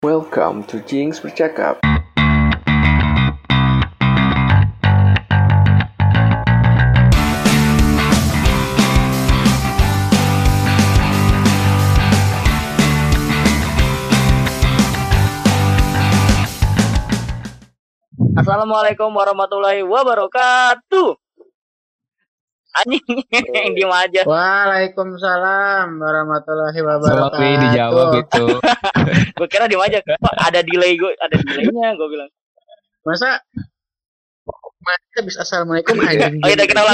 Welcome to Jinx Bercakap. Assalamualaikum warahmatullahi wabarakatuh. Anjing yang diem aja. Waalaikumsalam warahmatullahi wabarakatuh. Sorry dijawab itu. Gue kira diem aja. Pak, ada delaynya gue bilang. Masa bisa assalamualaikum anjing. Oh iya, kita ulang.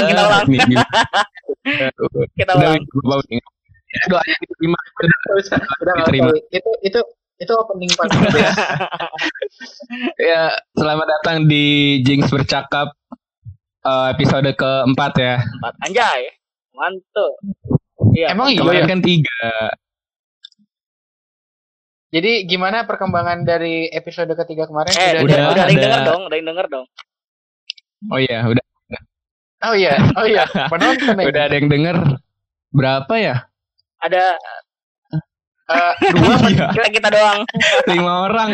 Kita ulang. Doanya diterima. Udah Diterima. Itu opening podcast. Ya, selamat datang di Jinx Bercakap episode keempat ya. 4 anjay. Mantul. Iya. Emang iya Kemarin ya? kan 3. Jadi gimana perkembangan dari episode ketiga kemarin? udah ada yang ada. denger dong. Oh iya, udah. Oh iya. Penonton ya? Udah ada yang denger. Berapa ya? Ada Dua. Iya, kita doang. 5 orang.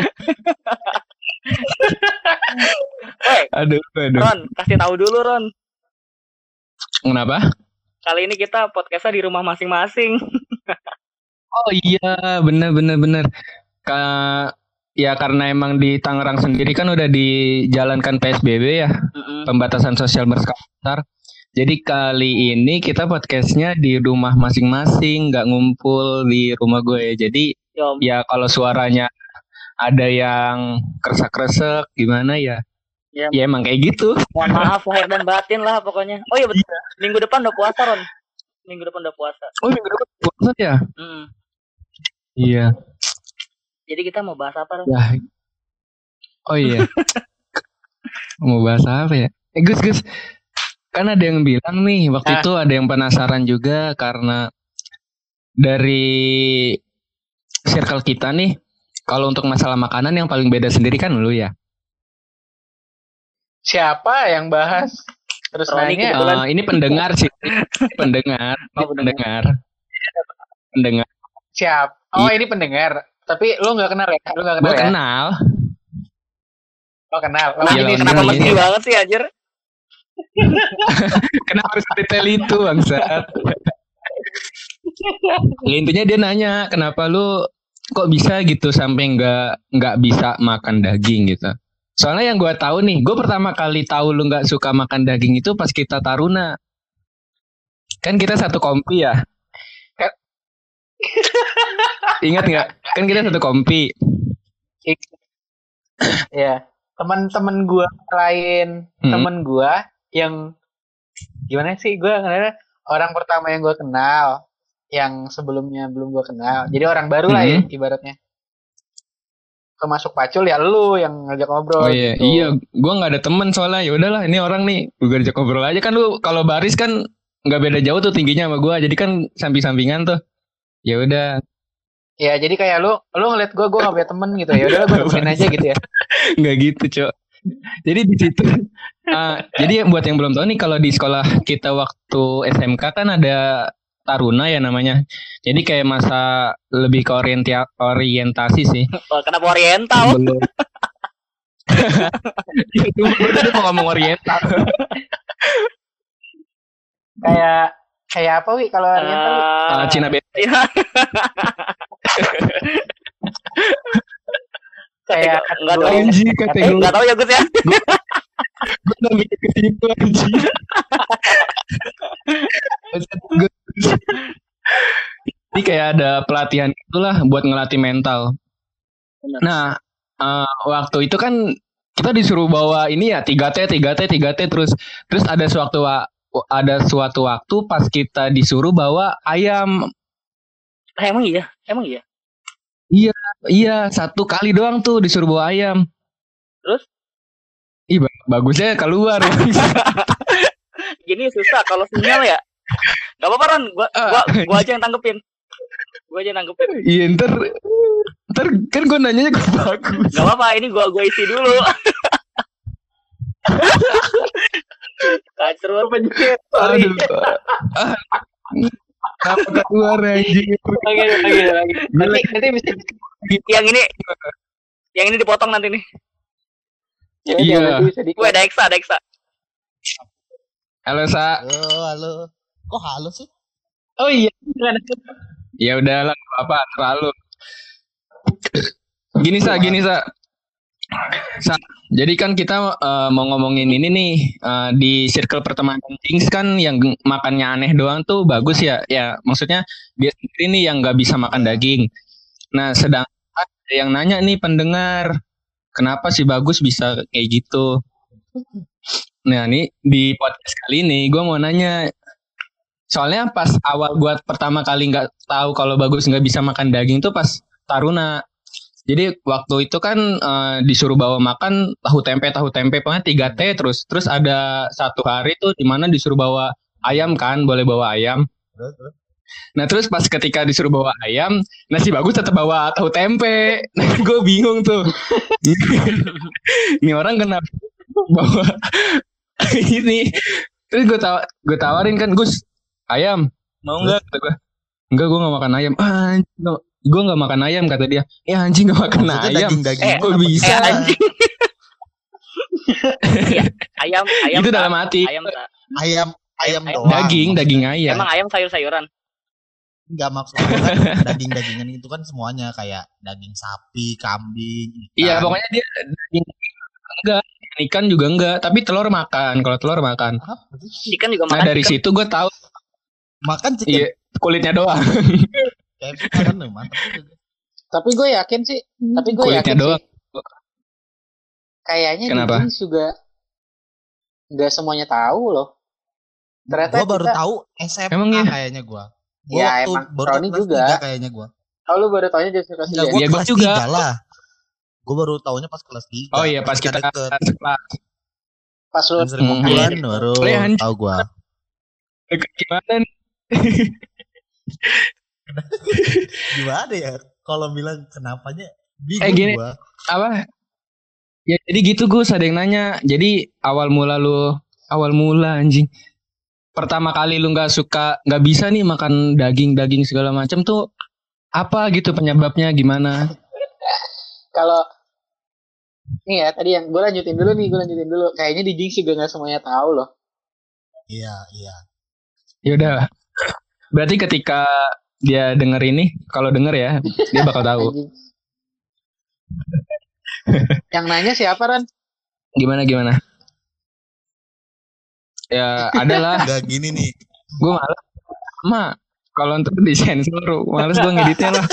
Woi, Aduh. Ron, kasih tahu dulu Ron. Kenapa? Kali ini kita podcastnya di rumah masing-masing. Oh iya, bener. Ya karena emang di Tangerang sendiri kan udah dijalankan PSBB ya, pembatasan sosial berskala besar. Jadi kali ini kita podcastnya di rumah masing-masing, nggak ngumpul di rumah gue. Jadi Yom. ya kalau suaranya ada yang kresek-kresek gimana ya? Ya. Ya emang kayak gitu. Mohon maaf lahir dan batin lah pokoknya. Oh iya betul. Minggu depan udah puasa Ron. Minggu depan udah puasa. Oh minggu depan puasa ya? Iya. Jadi kita mau bahas apa Ron? Ya. Oh iya. Mau bahas apa ya? Gus. Kan ada yang bilang nih, waktu itu ada yang penasaran juga karena dari circle kita nih, kalau untuk masalah makanan yang paling beda sendiri kan lu ya. Siapa yang bahas? Terus Oh, ini nanya. Ini pendengar sih, pendengar. Pendengar. Siap. Oh ini pendengar. Tapi lu nggak kenal ya? Gue kenal. Oh kenal. Nah, Iya, ini Ron, kenapa iya. mesti banget sih anjir? Kenapa harus detail itu bangsat? Ya, intinya dia nanya kenapa lu kok bisa gitu sampai nggak bisa makan daging gitu. Soalnya yang gue tahu nih, gue pertama kali tahu lu nggak suka makan daging itu pas kita taruna. Kan kita satu kompi ya. Ingat nggak? Kan kita satu kompi. Ya, teman-teman gua lain, teman gua yang gimana sih, gua kenal orang pertama yang gua kenal, yang sebelumnya belum gua kenal. Jadi orang baru lah ya ibaratnya. Kemasuk pacul ya lu yang ngajak ngobrol. Oh iya, gitu. iya, gua nggak ada temen soalnya. Ya udahlah, ini orang nih, gua ajak ngobrol aja kan lu. Kalau baris kan nggak beda jauh tuh tingginya sama gua, jadi kan samping-sampingan tuh. Ya udah. Ya, jadi kayak lu ngeliat gua nggak punya temen gitu. Ya udah gua temenin aja gitu ya. Nggak gitu, Cok. Jadi di situ jadi buat yang belum tahu nih, kalau di sekolah kita waktu SMK kan ada taruna ya namanya. Jadi kayak masa lebih ke orientasi sih. Oh, kenapa oriental? Belum. Itu gue tadi mau ngomong oriental. Kayak apa Wi kalau oriental? Wi? Cina beda. Iya. Kayak Enggak tahu. Anjing kategori. Enggak tahu ya Gus ya. Gue udah mikir ke situ anjing. Ini kayak ada pelatihan itulah buat ngelatih mental. Benar. Nah, waktu itu kan kita disuruh bawa ini ya 3T terus ada suatu waktu pas kita disuruh bawa ayam. Emang iya. Iya, satu kali doang tuh disuruh bawa ayam. Terus? Ih, bagusnya keluar. Gini susah kalau sinyal ya. Gak apa-apa Ron, gua aja yang tanggepin. Iya, ntar kan gue nanyanya gue bagus. Gak apa-apa, ini gua isi dulu. Kacrut. Pencet. Aduh. Kenapa keluar anjing? Lagi. Nanti bisa Yang ini Yang ini dipotong nanti nih. Ya, Iya. Gue ada Eksa. Halo Sa. Halo. Kok halo sih? Oh iya. Ya udahlah, apa terlalu. Gini Sa. Jadi kan kita mau ngomongin ini nih di circle pertemanan Jinx kan yang makannya aneh doang tuh bagus ya. Ya maksudnya dia sendiri nih yang nggak bisa makan daging. Nah sedangkan ada yang nanya nih pendengar, kenapa sih Bagus bisa kayak gitu? Nah nih di podcast kali ini gue mau nanya. Soalnya pas awal gue pertama kali nggak tahu kalau Bagus nggak bisa makan daging tuh pas Taruna. Jadi waktu itu kan disuruh bawa makan tahu tempe pokoknya 3T terus ada satu hari tuh dimana disuruh bawa ayam kan, boleh bawa ayam. Nah terus pas ketika disuruh bawa ayam, nasi Bagus tetap bawa tahu tempe. Nah gue bingung tuh. Ini orang kenapa bawa ini? Terus gue tawarin kan, Gus ayam mau nggak? Kata gue enggak, gue nggak makan ayam. Gue nggak makan ayam kata dia. Ya anjing nggak makan ayam. Daging Kok bisa? Anjing. ayam. Itu dalam hati. Ayam doang. Daging ayam. Emang ayam sayur-sayuran? Enggak, maksudnya kan daging-dagingan itu kan semuanya kayak daging sapi, kambing, ikan. Iya, pokoknya dia daging enggak, ikan juga enggak, tapi telur makan. Kalau telur makan. Apa sih? Ikan juga Nah makan. dari situ gue tahu. Makan chicken. Iya, kulitnya doang. Kayak makan loh, mantap juga. Tapi gue yakin sih. Kulitnya doang. Kayaknya Kenapa? di Jinx juga nggak semuanya tahu loh. Ternyata Gue baru kita- tahu SMA Emang iya? kayaknya gue. Ya, emang Roni juga. Kayaknya gue. Oh, lu baru taunya jadi kelas Enggak, 3. gue Iya, gua kelas juga. 3 lah. Gue baru taunya pas kelas 3. Oh iya, pas kita deket. sekelas. Pas lu Sering kumpulan baru Iya, anjing. tahu gue. Deket gimana nih? Gimana ya? Kalau bilang kenapanya Gini. bingung gue. Apa? Ya jadi gitu Gus, ada yang nanya. Jadi awal mula anjing. Pertama kali lu nggak bisa nih makan daging segala macam tuh apa gitu penyebabnya gimana? kalau nih ya tadi yang gue lanjutin dulu. Kayaknya di Jinx juga nggak semuanya tahu loh. Iya. Yaudah. Berarti ketika dia denger ini, kalau denger ya, dia bakal tahu. Anjing. Yang nanya siapa Ran? Gimana? Ya adalah. Enggak gini nih. Gue malas. Kalau untuk disensor, males gue ngeditnya lah.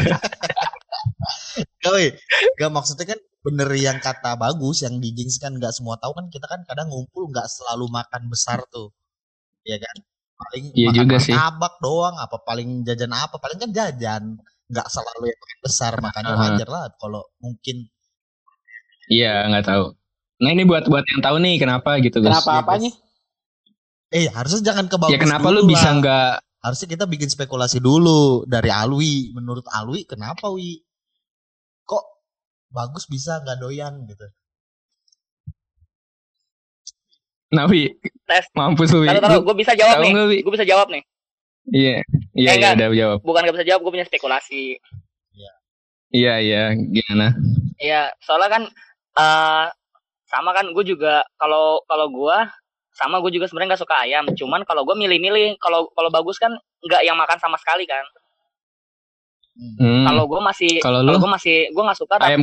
Gak maksudnya kan bener yang kata Bagus, yang di Jinx kan gak semua tahu kan, kita kan kadang ngumpul gak selalu makan besar tuh. Iya kan? Paling Iya makan juga sih. martabak doang, apa paling jajan apa, paling kan jajan. Gak selalu yang makan besar, makanya wajar lah kalau mungkin. Iya, nggak tahu. Nah ini buat yang tahu nih kenapa gitu Gus. Kenapa apanya? Harusnya jangan ke Bagus Ya kenapa dulu lu bisa lah. nggak? Harusnya kita bikin spekulasi dulu dari Alwi. Menurut Alwi kenapa Wi? Kok Bagus bisa nggak doyan gitu? Nah Wi, Tes. mampus lu Wi. Taruh, gue bisa jawab tahu nih. nggak, Wi? Gue bisa jawab nih. Iya, enggak. udah jawab. Bukan gak bisa jawab, gue punya spekulasi. Iya, gimana? Iya, soalnya kan sama kan gue juga kalau gue sama gue juga sebenarnya nggak suka ayam. Cuman kalau gue milih-milih, kalau Bagus kan nggak yang makan sama sekali kan. Kalau gue masih, Kalau gue nggak suka. ayam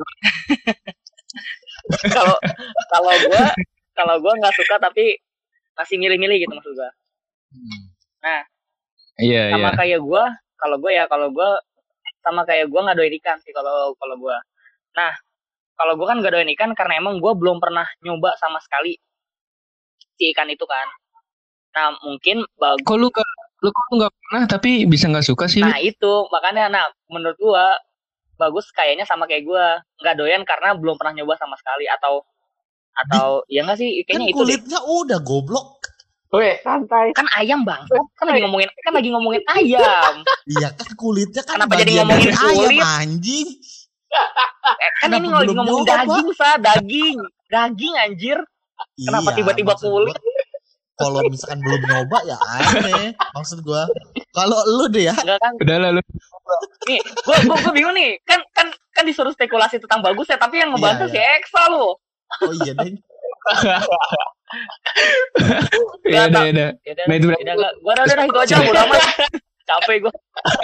Kalau gue nggak suka tapi masih milih-milih gitu maksud gue. Nah, Iya. kayak gue, kalau gue sama kayak gue nggak doyan ikan sih kalau gue. Nah, kalau gue kan nggak doyan ikan karena emang gue belum pernah nyoba sama sekali si ikan itu kan. Nah mungkin Bagus. Kok lu nggak pernah tapi bisa nggak suka sih? Nah itu makanya, menurut gue Bagus kayaknya sama kayak gue nggak doyan karena belum pernah nyoba sama sekali atau ya nggak sih kayaknya Kan itu deh. kulitnya udah goblok. Weh, santai. Kan ayam bang, kan lagi ngomongin ayam. Iya kan kulitnya kan Kenapa jadi bagian ngomongin dari ayam kulit? anjing. Kan ini Kenapa lagi belum ngomongin nyoba, daging, daging anjir. Kenapa Iya, tiba-tiba maksud kulit? gua, kalau misalkan belum nyoba ya aneh. Maksud gua, kalau lu deh ya. Enggak kan? Udah lah lu. Nih, gue bingung nih. Kan kan disuruh spekulasi tentang bagus ya, tapi yang ngebantu si Eksa lo. Oh iya deng. Iya deh. Nah itu berarti gue udah itu aja bodo amat. Capek gue.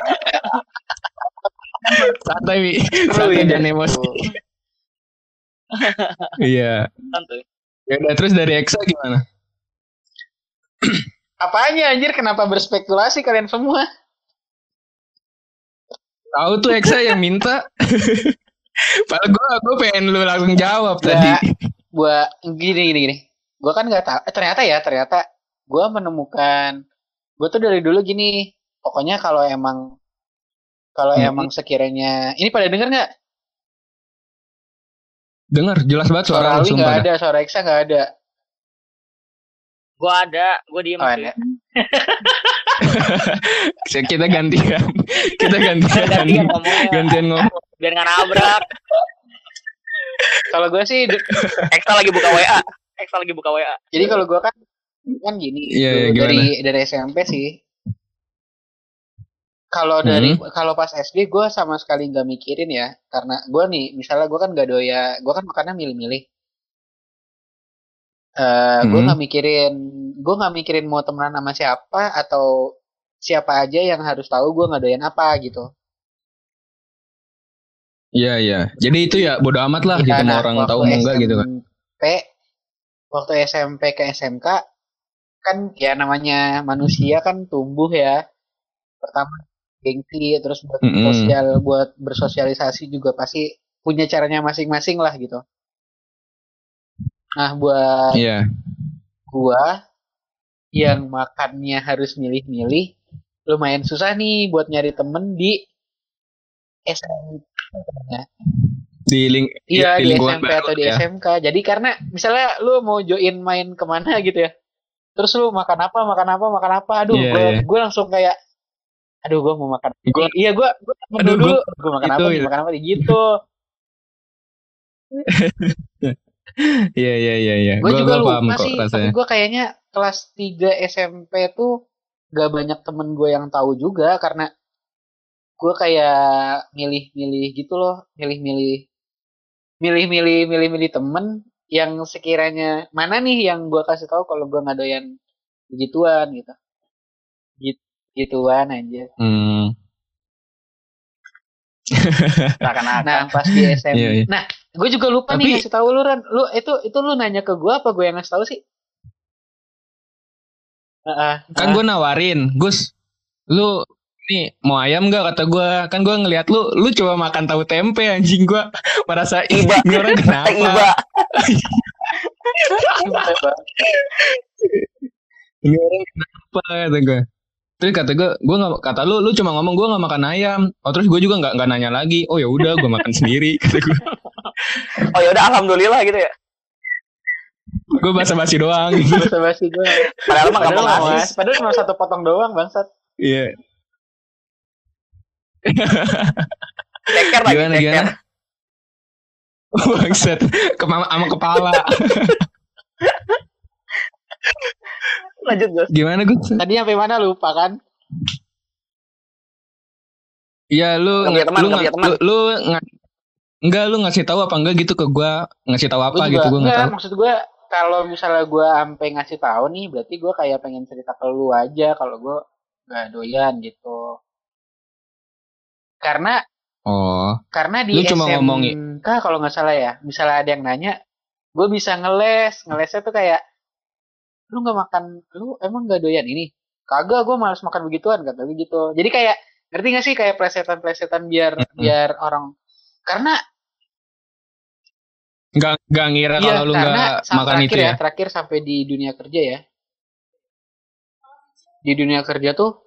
Santai dan emosi. Iya. Santai. Ya udah, terus dari Eksa gimana? Apanya anjir, kenapa berspekulasi kalian semua? Tahu tuh Eksa yang minta. Padahal gue pengen lu langsung jawab tadi. Gua gini. Gue kan nggak tahu. Ternyata gue menemukan. Gue tuh dari dulu gini. Pokoknya kalau emang sekiranya ini pada denger nggak? Dengar, jelas banget Suara suara Ali nggak sumpah. ada, suara Eksa nggak ada. Gue ada, gue diem. Oh, ada. Kita gantian ngomong. Biar nggak nabrak. Kalau gue sih Eksa lagi buka WA. jadi kalau gue kan gini. Iya, dari SMP sih. Kalau pas SD gue sama sekali nggak mikirin ya, karena gue nih misalnya gue kan gak doya, gue kan makannya milih-milih. Gue nggak mikirin mau temenan sama siapa atau siapa aja yang harus tahu gue nggak doyan apa gitu. Iya. Jadi itu ya bodo amat lah gitu, mau orang tahu mau enggak gitu kan. Waktu SMP ke SMK kan ya namanya manusia kan tumbuh ya. Pertama gengsi, terus buat bersosialisasi juga pasti punya caranya masing-masing lah gitu. Nah buat gua yang makannya harus milih-milih, lumayan susah nih buat nyari temen di SMP. Di lingkungan SMP atau di SMK. Jadi karena misalnya lu mau join main kemana gitu ya, terus lu makan apa, aduh gue langsung kayak aduh gue mau makan gue makan apa gitu. Iya. Gue juga paham lupa kok sih, rasanya. tapi gue kayaknya kelas 3 SMP tuh gak banyak temen gue yang tahu juga, karena gue kayak milih-milih gitu loh, milih-milih temen yang sekiranya mana nih yang gue kasih tahu kalau gue nggak doyan begituan gitu. Gituan aja. Nah pas di SMP, nah gue juga lupa nih ngasih tahu lu Ran, lu itu lu nanya ke gue apa gue yang ngasih tahu sih? Kan gue nawarin, Gus, lu nih mau ayam nggak, kata gue. Kan gue ngeliat lu coba makan tahu tempe, anjing. Gue merasa iba. Ini orang kenapa? Ini orang kenapa, kata gue. Terus kata lu cuma ngomong gue nggak makan ayam. Oh terus gue juga nggak nanya lagi. Oh ya udah, gue makan sendiri, kata gue. Oh ya udah, alhamdulillah gitu ya. Gue basa-basi doang. Basa-basi doang. Padahal mah nggak mau ngasih. Padahal cuma satu potong doang, bangsat. Iya. Ceker lagi. Gimana? Bangsat, sama kepala. Lanjut Gus. Gimana Gus? Tadi sampai mana lupa kan? Iya, lu ngasih tahu apa enggak gitu ke gua, ngasih tahu apa gitu gua enggak tahu. Maksud gua kalau misalnya gua sampai ngasih tahu nih, berarti gua kayak pengen cerita ke lu aja kalau gua enggak doyan gitu. Karena di lu cuma SMK kalau nggak salah ya, misalnya ada yang nanya, gue bisa ngelesnya tuh kayak, lu nggak makan, lu emang nggak doyan ini? Kagak, gue malas makan begituan, kata gitu. Jadi kayak, ngerti nggak sih kayak plesetan biar orang, karena nggak ngira kalau lu nggak makan itu ya. Terakhir sampai di dunia kerja ya, di dunia kerja tuh,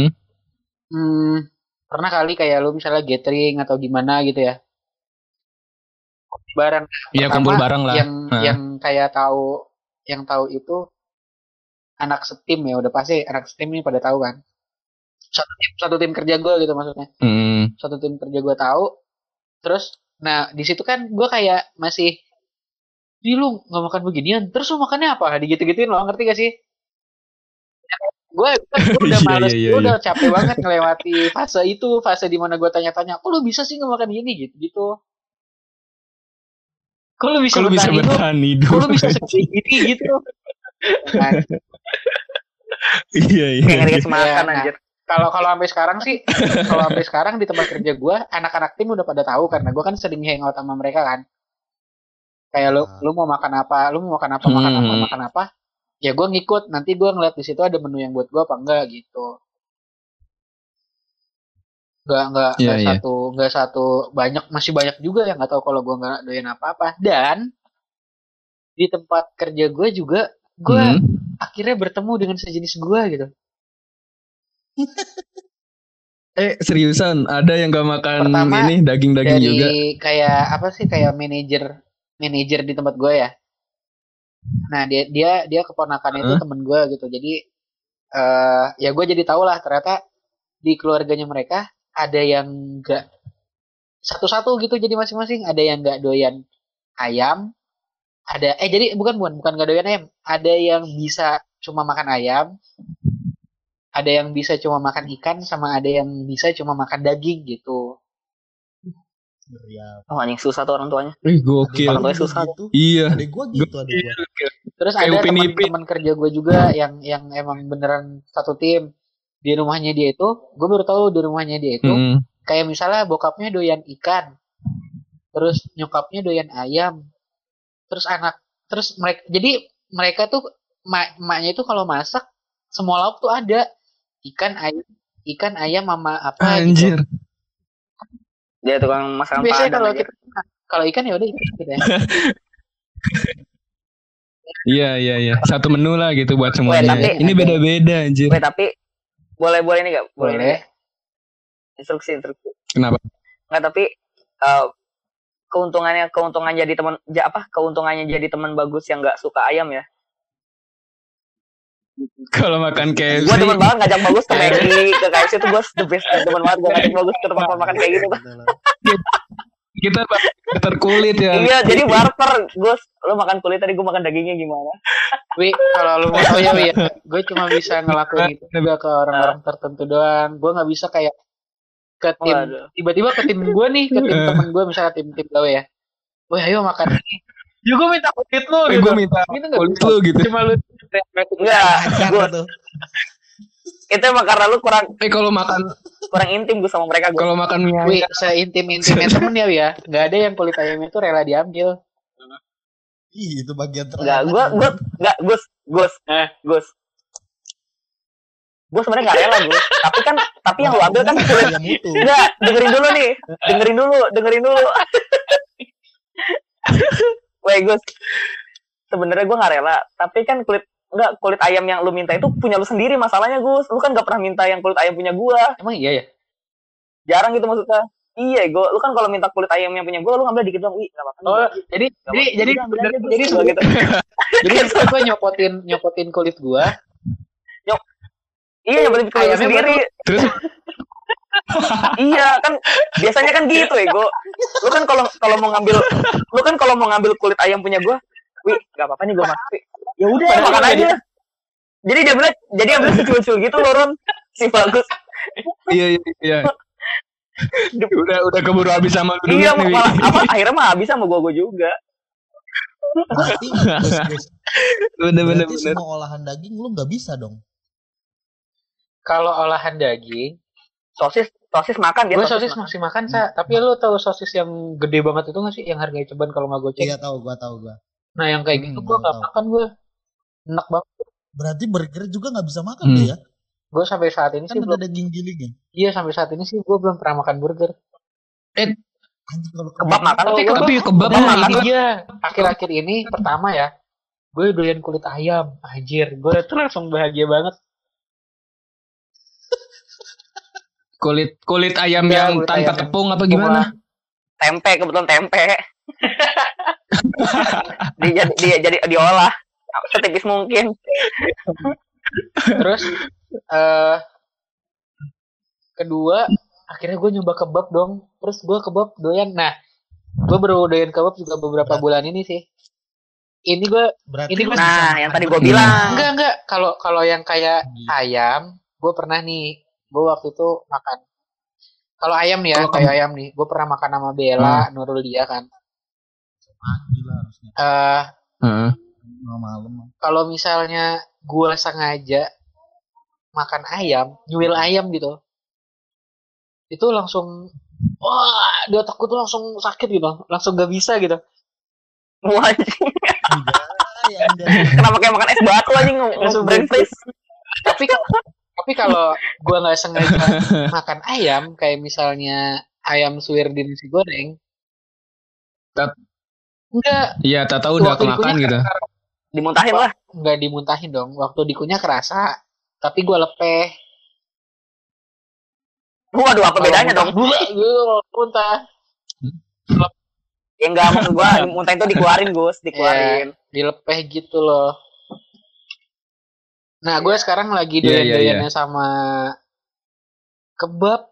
pernah kali kayak lu misalnya gathering atau gimana gitu ya, bareng. Iya, kumpul bareng lah. Yang kayak yang tahu itu anak setim ya, udah pasti anak setim ini pada tahu kan. Satu tim kerja gue gitu maksudnya. Satu tim kerja gue tahu. Terus, nah di situ kan gue kayak masih, lu nggak makan beginian, terus lu makannya apa? Digitu-gituin lo, ngerti gak sih? gue udah males, Iya. gue udah capek banget ngelewati fase di mana gue tanya-tanya, kok lu bisa sih nggak makan gini gitu. Kok lu bisa bertahan hidup? Kok lu bisa segini gini gitu. Nah, Iya. Kayak ngeri makan nah, anjir. Kalau sampai sekarang sih, kalau sampai sekarang di tempat kerja gue, anak-anak tim udah pada tahu karena gue kan sering hangout sama mereka kan. Kayak lu mau makan apa, makan apa. Ya gue ngikut, nanti gue ngeliat di situ ada menu yang buat gue apa enggak gitu. Enggak satu banyak, masih banyak juga yang nggak tahu kalau gue nggak doyan apa-apa. Dan di tempat kerja gue juga gue akhirnya bertemu dengan sejenis gue gitu. Seriusan ada yang gak makan Pertama, ini daging-daging juga? Kayak apa sih, kayak manajer di tempat gue ya. Nah dia keponakannya itu temen gue gitu. Jadi ya gue jadi tahu lah ternyata di keluarganya mereka ada yang nggak satu-satu gitu, jadi masing-masing ada yang nggak doyan ayam, ada jadi bukan nggak doyan ayam, ada yang bisa cuma makan ayam, ada yang bisa cuma makan ikan, sama ada yang bisa cuma makan daging gitu. Oh anjing, susah tuh orang tuanya. Gokil. Orang tuanya susah. Gitu. Iya. Adek gue gitu, adek gue. Terus ada teman kerja gue juga yang emang beneran satu tim. Di rumahnya dia itu, gue baru tahu di rumahnya dia itu, kayak misalnya bokapnya doyan ikan, terus nyokapnya doyan ayam, terus mereka tuh emaknya itu kalau masak semua lauk tuh ada, ikan ayam mama apa Anjir. gitu. Dia tukang masak Biasanya kalau ikan ya udah ikan gitu ya. Iya. Satu menu lah gitu buat semuanya. Ini beda-beda anjir. Tapi boleh ini enggak? Boleh. Instruksi. Kenapa? Enggak, tapi keuntungannya jadi teman bagus yang enggak suka ayam ya. Kalau makan KFC. Gue demen banget ngajak bagus ke McD, ke KFC tuh gue the best. Demen banget gue ngajak bagus ke tempat makan kayak gitu. Kita terkulit ya. Iya, jadi barter. Gus, lu makan kulit tadi, gue makan dagingnya gimana? Wi, kalau lu mau tahu ya Wi, gue cuma bisa ngelakuin itu juga ke orang-orang tertentu doang. Gue nggak bisa kayak ke tim, tiba-tiba ke tim gue nih, ke tim temen gue, misalnya tim gawe ya. Woi, ayo makan ini. Ya gue minta kulit lu gitu. Gue minta kulit lu gitu. Cuma lu enggak, Gus. Itu emang karena lu kurang intim gue sama mereka. Kalau makan mie ayam, seintim-intimnya temen ya, nggak ada yang kulit ayamnya itu rela diambil. Itu bagian terakhir. Gus. Gue sebenarnya nggak rela Gus. Tapi yang lu ambil kan kulit. Enggak, dengerin dulu. Woi Gus, sebenarnya gue nggak rela. Tapi kan kulit ayam yang lu minta itu punya lu sendiri masalahnya Gus. Lu kan gak pernah minta yang kulit ayam punya gua. Emang iya ya? Jarang gitu maksudnya. Iya, lu kan kalau minta kulit ayam yang punya gua, lu ngambil dikit doang. Wih, enggak apa-apa. Oh, jadi gitu. Jadi gua nyopotin kulit gua. Iya, nyopotin kulit sendiri. Terus iya, kan biasanya kan gitu Ego. Lu kan kalau mau ngambil kulit ayam punya gua, wih, enggak apa-apa nih gua makan. Ya udah makan aja. Jadi dia bilang kecil-kecil gitu loh Ron. Si bagus. Iya. Udah keburu habis sama lu. Iya, akhirnya mah habis sama gua juga. Berarti semua olahan daging lu nggak bisa dong. Kalau olahan daging, sosis makan dia. Gue sosis masih makan tapi lu tahu sosis yang gede banget itu nggak sih, yang harganya ceban kalau nggak goceng? Iya tahu gua. Nah yang kayak gitu gue nggak makan, gue enak banget. Berarti burger juga nggak bisa makan tuh ya? Gue sampai saat ini kan sih belum ada daging gilingnya. Iya, sampai saat ini sih gue belum pernah makan burger. Anjing kalau kebab makan. Tapi kebab makan. Iya, akhir-akhir ini pertama ya, gue doyan kulit ayam. Anjir, gue tuh langsung bahagia banget. Kulit ayam yang tanpa tepung apa gimana? Kebetulan tempe. dia jadi diolah setipis mungkin. Terus kedua akhirnya gue nyoba kebab dong. Terus gue kebab doyan. Nah, gue baru doyan kebab juga beberapa bulan ini sih. ini gue Berarti ini lu gua- bisa Nah, makan yang tadi gue berdua. bilang. enggak kalau yang kayak ayam gue pernah nih, gue waktu itu makan kalau ayam nih ya, Kalau kayak ayam nih gue pernah makan sama Bella Nurul dia kan. Pagi lah harusnya. Heeh. Malam. Kalau misalnya gue sengaja makan ayam, nyuil ayam gitu, itu langsung wah di otak gue tuh langsung sakit gitu, langsung gak bisa gitu. Wah, anjing. Enggak. Kenapa kayak makan es batu anjing Langsung brain freeze. Tapi kalau gue nggak sengaja makan ayam, kayak misalnya ayam suwir di nasi goreng, enggak Iya, tahu udah waktu kemakan dikunyah gitu. Dimuntahin lah. nggak dimuntahin dong. Waktu dikunyah kerasa, tapi gue lepeh. Waduh, apa bedanya dong? Gue muntah. Ya enggak, maksud gue muntahin tuh dikeluarin, Gus, dikeluarin. Dilepeh gitu loh. Nah, gue sekarang lagi Iya, iya, doyan-doyannya sama kebab.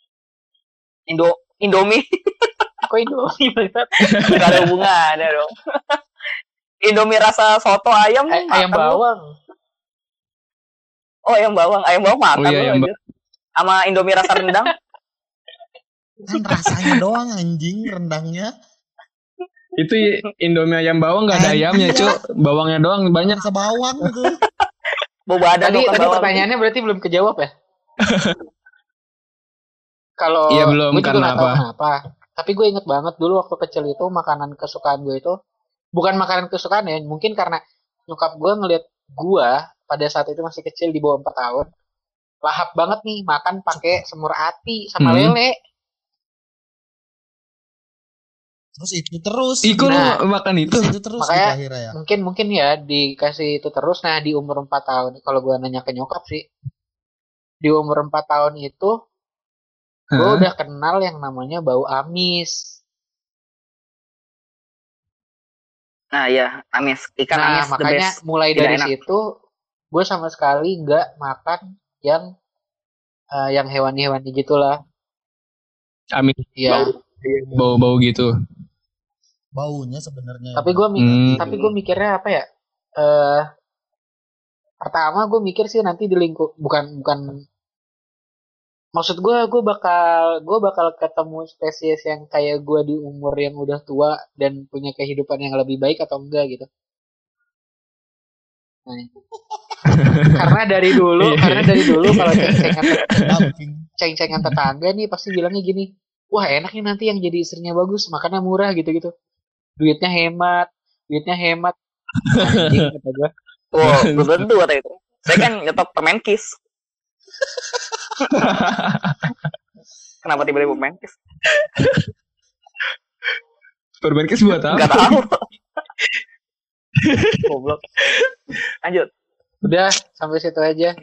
Indomie. Kok Indomie banget? Enggak ada hubungannya dong. Indomie rasa soto ayam Ayam makan lu. bawang. Oh, ayam bawang makan Oh, iya, lu, ayam anjir. Sama Indomie rasa rendang. Kan rasanya doang anjing rendangnya. Itu Indomie ayam bawang nggak ada ayamnya, Cuk. Bawangnya doang banyak. Rasa bawang gitu. Bau badan Tadi bukan bawang. pertanyaannya berarti belum kejawab ya? Kalau Iya, belum, gue juga karena nggak tahu apa? kenapa. Tapi gue inget banget dulu waktu kecil itu makanan kesukaan gue itu bukan makanan kesukaan ya, mungkin karena nyokap gue ngeliat gue pada saat itu masih kecil di bawah 4 tahun, lahap banget nih makan pakai semur ati sama lele. Terus itu terus. Iko lu Nah, makan itu. Itu terus makanya gitu akhirnya ya. mungkin ya dikasih itu terus. Nah di umur 4 tahun, kalau gue nanya ke nyokap sih, di umur 4 tahun itu gue Hah? udah kenal yang namanya bau amis. Nah, iya, amis. Ikan Nah amis the makanya best. mulai Tidak dari enak. situ gue sama sekali nggak makan yang hewan-hewan gitulah. Amin. Ya. Bau-bau gitu. Baunya sebenarnya. Tapi gue mikirnya apa ya? Pertama gue mikir sih nanti di lingkup bukan maksud gue bakal ketemu spesies yang kayak gue di umur yang udah tua dan punya kehidupan yang lebih baik atau enggak gitu. Nah, karena dari dulu kalau ceng-cengan tetangga nih pasti bilangnya gini, wah enak nih nanti yang jadi istrinya bagus, makannya murah gitu-gitu, duitnya hemat. Anjing kata gue. Wow, belum tentu kata itu. Saya kan nyetok Permenkis. Kenapa tiba-tiba Permenkis? Permenkes buat apa? Gak tahu. Goblok. Lanjut. Udah sampai situ aja.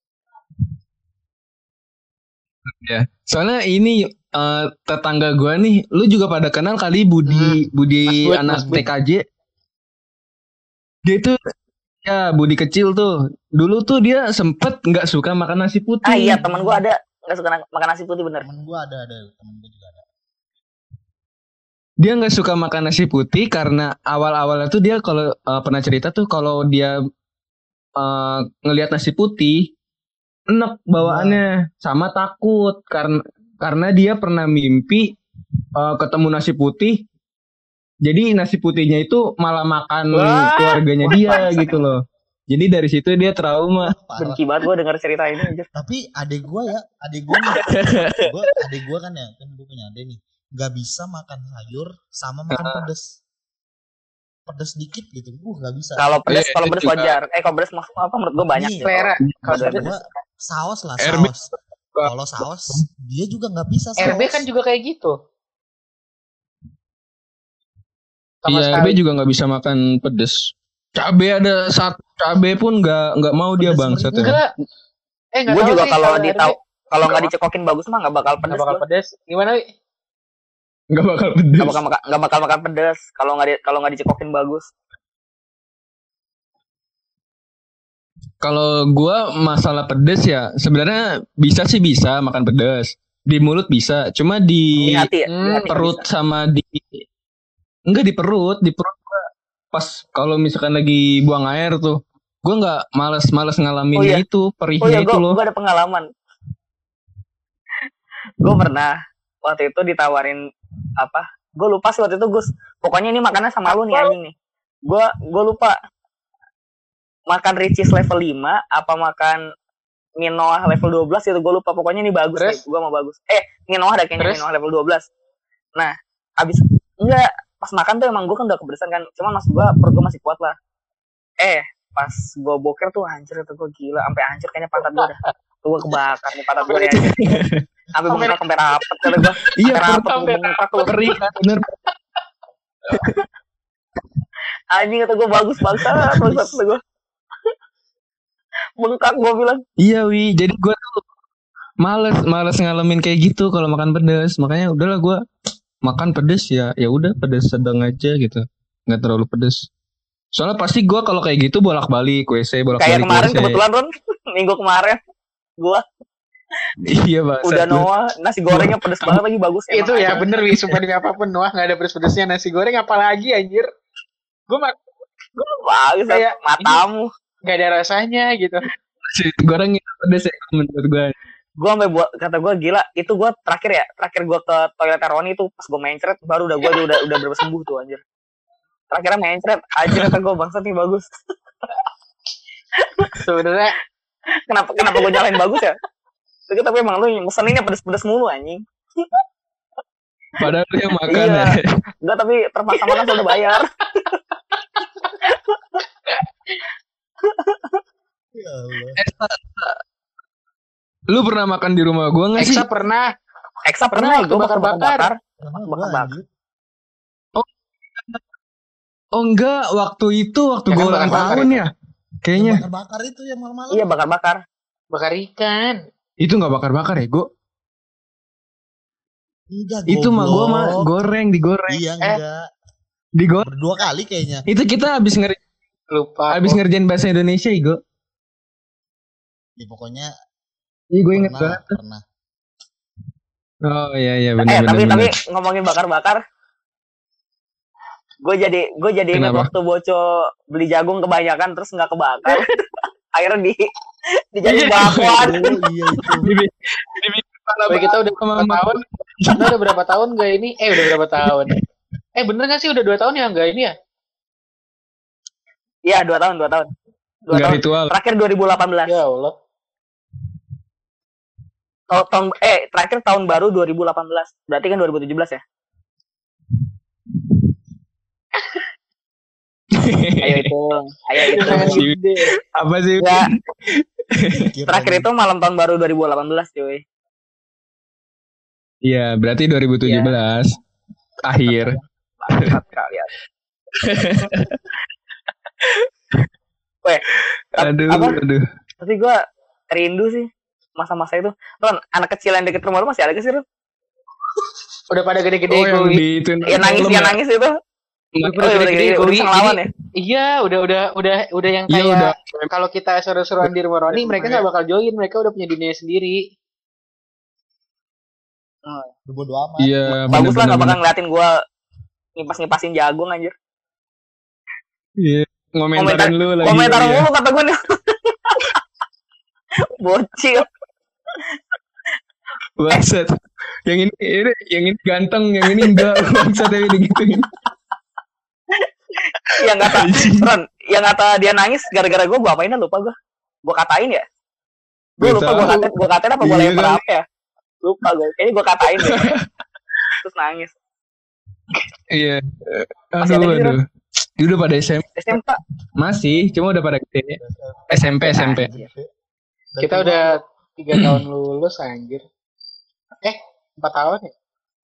Ya. Soalnya ini tetangga gua nih, lu juga pada kenal kali Budi Mas anak Bud. TKJ. Dia tuh ya Budi kecil tuh. Dulu tuh dia sempet nggak suka makan nasi putih. Ah iya, teman gua ada nggak suka makan nasi putih bener. Temen gue ada temen gue juga ada. Dia nggak suka makan nasi putih karena awal-awalnya tuh dia kalau pernah cerita tuh kalau dia ngelihat nasi putih enek bawaannya sama takut karena dia pernah mimpi ketemu nasi putih. Jadi nasi putihnya itu malah makan keluarganya dia gitu loh. Jadi dari situ dia trauma. Parah. Benci banget gua denger cerita ini anjir. Tapi adik gue nih, adik gue kan ya, kan gue punya adik nih, nggak bisa makan sayur sama makan pedes dikit gitu, nggak bisa. Kalau pedes Iya, itu juga. wajar. Kalau pedes apa menurut gua banyak. Iya. Selera. Kalau Maksud pedes. gue saus lah, RB. saus. Kalau saus dia juga nggak bisa saus. RB kan juga kayak gitu. Sama Iya, sekali. RB juga nggak bisa makan pedes. Cabe ada satu cabe pun nggak mau dia Pedes bangsat. Enggak. Enggak Gua tahu juga sih kalau RB kalau nggak dicekokin bagus mah nggak bakal nggak pedes. bakal Gua. pedes. Gimana, Wi? Nggak bakal pedes. Nggak bakal makan pedes kalau nggak dicekokin bagus. Kalau gua masalah pedes ya sebenarnya bisa makan pedes. Di mulut bisa, cuma di Di hati ya. Di hati perut bisa. sama di perut pas kalau misalkan lagi buang air tuh, gue nggak males ngalamin itu perihnya itu loh. Gue ada pengalaman. Gue pernah waktu itu ditawarin apa? Gue lupa sih waktu itu Gus. Pokoknya ini makannya sama lu nih anjing nih. Gue lupa. Makan Ricis level 5 apa makan Minoah level 12 itu gue lupa. Pokoknya ini bagus nih. Gue mau bagus. Minoah ada kayaknya Minoah level 12. Nah, abis enggak pas makan tuh emang gue kan udah kebersihan kan. Cuman mas gue perut gue masih kuat lah. Pas gue boker tuh hancur itu gue gila. Sampai hancur kayaknya pantat gue dah. Tuh gue kebakar nih pantat gue ya. Sampai bengkak sampai rapet kata gue. Iya, sampai bengkak lu kering kan bener. Anjing kata gue bagus kata gue. Bengkak gue bilang. Iya Wi, jadi gue tuh males ngalamin kayak gitu kalau makan pedas. Makanya udahlah gue makan pedas ya udah pedas sedang aja gitu, nggak terlalu pedas. Soalnya pasti gue kalau kayak gitu bolak-balik WC kayak kemarin WC. Kebetulan Ron minggu kemarin gue iya Bang. Udah Noah nasi gorengnya pedas banget lagi bagus. Itu ya bener Wi, sumpah demi apapun Noah nggak ada pedas-pedasnya nasi goreng apalagi anjir. Gue bagus kayak matamu. Gak ada rasanya gitu. Nasi goreng itu pedas ya menurut gue. Gue sampai buat kata gue gila itu gue terakhir gue ke toilet Roni itu pas gue mencret baru udah bersembuh tuh anjir. Terakhirnya mencret anjir kata gue bangsat nih bagus. Sebenarnya kenapa gue nyalain bagus ya? Tapi emang lu meseninnya pedes-pedes mulu anjing. Padahal lu yang makan ya. Enggak tapi terpaksa makan udah bayar. Ya Allah. Lu pernah makan di rumah gua nggak sih? Eksa pernah gue bakar-bakar. Oh enggak, waktu gue ulang tahun ya. Kayaknya. Bakar-bakar itu ya malam-malam. Iya bakar-bakar. Bakar ikan. Itu nggak bakar-bakar ya, Go? Enggak, itu mah gue mah digoreng. Iya enggak. Digoreng. Berdua kali kayaknya. Itu kita habis ngerjain bahasa Indonesia, Go. Ya pokoknya. Iya gue inget banget. Pernah. Oh iya benar. Tapi ngomongin bakar-bakar. Gue jadi ingat waktu Boco beli jagung kebanyakan terus nggak kebakar. Akhirnya dijadiin bakwan. Iya itu. Kita udah berapa tahun? Kita udah berapa tahun gak ini? Udah berapa tahun? Bener gak sih udah 2 tahun ya nggak ini ya? Iya 2 tahun. 2 tahun. Ritual. Terakhir 2018. Ya Allah. Terakhir tahun baru 2018. Berarti kan 2017 ya? Ayo itu. Apa sih? Ya. Terakhir itu malam tahun baru 2018, cuy. Iya, berarti 2017 akhir. Bangsat kalian. Aduh. Tapi gue rindu sih masa-masa itu. Ron, anak kecil yang deket rumah lu masih ada gak sih, Ron? Udah pada gede-gede yang di itu. Nangis itu. Udah gede ngelawan ya? Iya, udah yang kayak kalau kita seru-seruan di rumah Roni, mereka nggak bakal join, mereka udah punya dunia sendiri. Bodo amat. Iya, bagus lah nggak bakal ngeliatin gue ngipas-ngipasin jagung anjir. Iya, ngomentarin lu lagi. Komentarin lu kata gue nih. Bocil. Bangsat. Yang ini ganteng, yang ini enggak. Bangsat tapi digituin. yang kata dia nangis gara-gara gue apain lupa gue katain ya. Gue katain apa gue lempar apa ya? Lupa gue, kayaknya gue katain deh. Terus nangis. Iya. Aduh. Udah pada SMP. Masih, cuma udah pada gede. SMP. Kita udah 3 tahun lulus anjir. 4 tahun ya?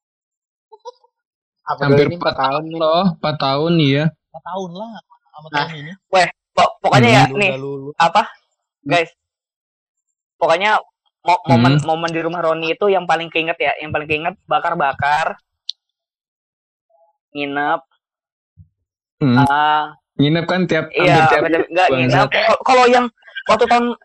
Hampir 4 tahun loh, 4 tahun iya. 4 tahun lah sama tahun ini. Pokoknya ya nih, apa? Guys. Pokoknya momen di rumah Roni itu yang paling keinget ya, bakar-bakar. Nginep. Nginep kan tiap enggak nginep. Kalau yang waktu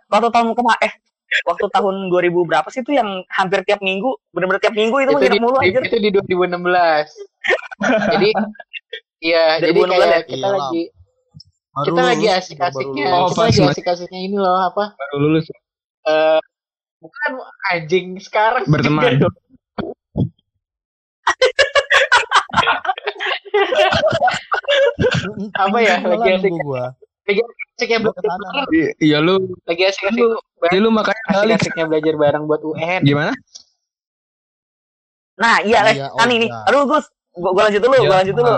tahun 2000 berapa sih itu yang hampir tiap minggu, benar-benar tiap minggu itu nginep mulu aja. Itu di 2016. Jadi iya, jadi kayak kita kita lagi asik-asiknya. Oh, Kita pas lagi mas- asik-asiknya ini loh apa? Baru lulus Bukan anjing sekarang. berteman. Apa ya? Lagi asik. Gua. Lagi asiknya Gua belajar kesana. bareng. Iya lu, Lagi asik-asik. ya lu makanya balik. Asik-asiknya belajar bareng buat UN. Gimana? Nah, iya, Iya, kan oh ini. iya. Aduh, Gus, gua lanjut dulu, Iya. gua lanjut dulu.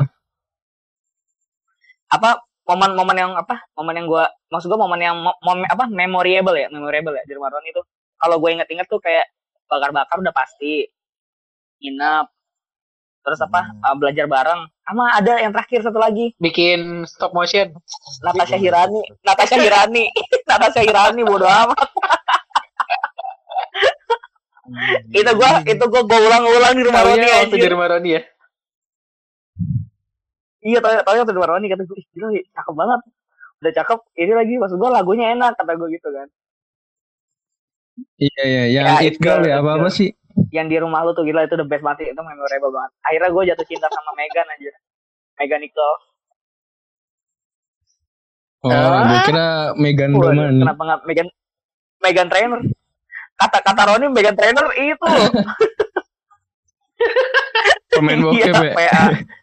Apa momen-momen yang apa? Momen yang gua maksud gua momen yang memorable ya di rumah Ron itu. Kalau gue inget-inget tuh kayak bakar-bakar udah pasti. Nginep. Terus belajar bareng. Sama ada yang terakhir satu lagi. Bikin stop motion. Natasha Hirani. Natasha Hirani bodo amat. itu gua ulang-ulang di rumah Roni Taunya waktu di anjir. rumah Roni ya. Iya, tahu waktu di rumah Roni kata gue, gila, cakep banget. Udah cakep, ini lagi maksud gua lagunya enak kata gue gitu kan. Iya, yang Ya, it girl ya apa sih? Yang di rumah lu tuh gila, itu the best banget, itu memorable banget. Akhirnya gue jatuh cinta sama Megan anjir. Megan Nicole. Oh, gue kira Megan Domani. Kenapa nggak Megan Trainor? Kata Roni Megan Trainor itu. Pemain bokep Iya, ya. PA.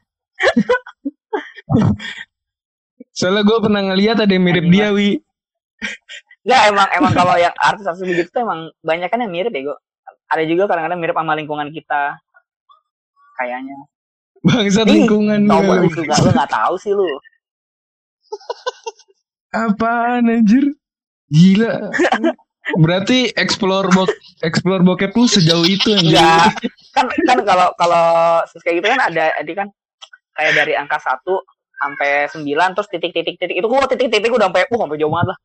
Soalnya gue pernah ngeliat ada yang mirip dia, Wi. Nggak, emang kalau yang artis-artis begitu tuh emang banyak kan yang mirip ya, gue. Ada juga kadang-kadang mirip sama lingkungan kita. Kayaknya. Bangsat lingkungan. Tau banget juga, lu nggak tahu sih lu. Apaan anjir? Gila. Berarti explore bokep lu sejauh itu anjir. Enggak. Kan kalau kayak gitu kan ada kan kayak dari angka 1 sampai 9 terus titik-titik itu gua titik-titik udah sampai jauh banget lah.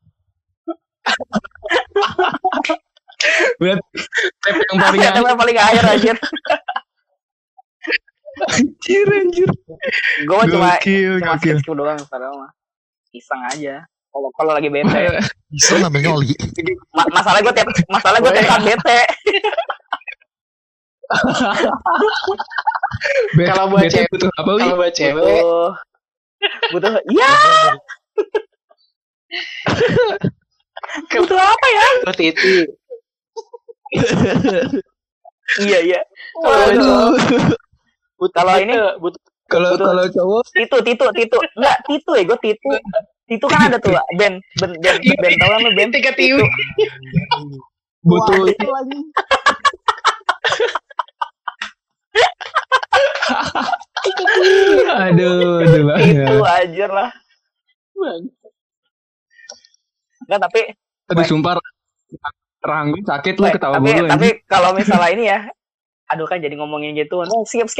Berarti step yang paling Yang paling akhir anjir. anjir. Gua cuma Gokil. skip doang padahal mah. Iseng aja. Kalau lagi bete. Bisa namanya oli. Masalah gue tiap saat bete. Kalau buat Bete cewek, butuh apa, Wi? kalau buat cewek, Butuh iya. Butuh apa ya? seperti itu. Iya. Aduh. Kalau ini butuh Kalau cowok Titu. Enggak, Titu ya, gue Titu. Titu kan ada tuh, band tau kan lu band Tiga Titu. butuh aduh Itu aja lah. Enggak, tapi aduh sumpah rahang gue sakit lu ketawa mulu tapi kalau misalnya ini ya, aduh kan jadi ngomongin gitu. Skip.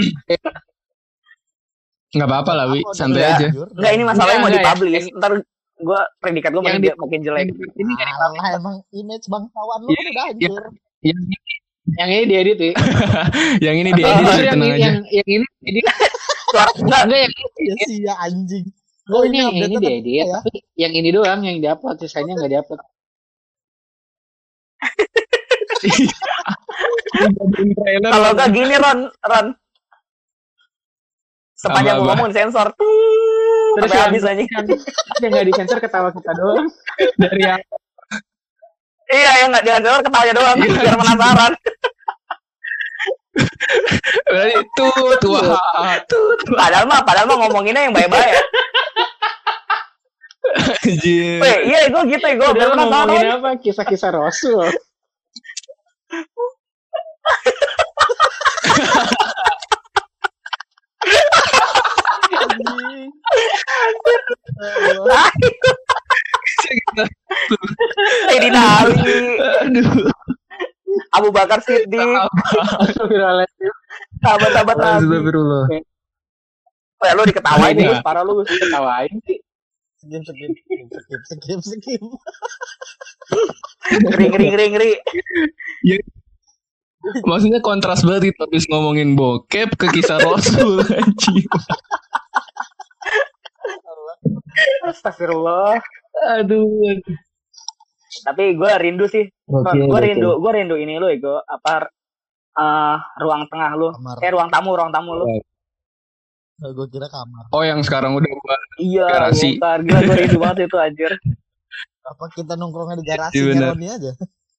nggak apa-apa lah, Wi, santai Enggak. aja. Enggak, ini masalahnya mau Enggak, dipublish. Ntar gue predikat gue makin jelek. ini Alah, emang image bangsawan lu Iya, udah hancur. yang ini diedit ya. Yang ini diedit, Justru tenang aja. yang ini diedit. Enggak, Enggak yang Ya sia anjing. Oh ini update-nya diedit, ya. tapi yang ini doang yang diupload, sisanya nggak diupload. kalau enggak gini Ron. Sepanjang gue Apa-apa? ngomong sensor. Terus Sampai habis aja. Yang nggak disensor ketawa kita doang. Dari yang Iya, yang enggak jangan sensor ketawanya doang biar penasaran. berarti tut. Padahal mah ngomonginnya yang baik-baik. Anjir. Iya, gue gitu, gue Udah biar ngomongin penasaran. apa? Kisah-kisah Rasul. Sayyidina Ali, Aduh. Abu Bakar Siddiq, Astagfirullahaladzim. sahabat-sahabat Nabi. Astagfirullah. Ya, lu diketawain Iya. Gus, parah lu Gus. Ketawain sih. Skip. Ngeri. Maksudnya kontras banget itu habis ngomongin bokep ke kisah Rasul anjing. Astagfirullah. Aduh. Tapi gue rindu sih. Gue rindu ini lu Ego. Apa ruang tengah lu. Kamar. Ruang tamu lu. Gue kira kamar. Oh, yang sekarang udah gua Iya, garasi. bongkar. Gila gue rindu banget itu anjir. Apa kita nongkrongnya di garasi Iya, bener. Roni aja?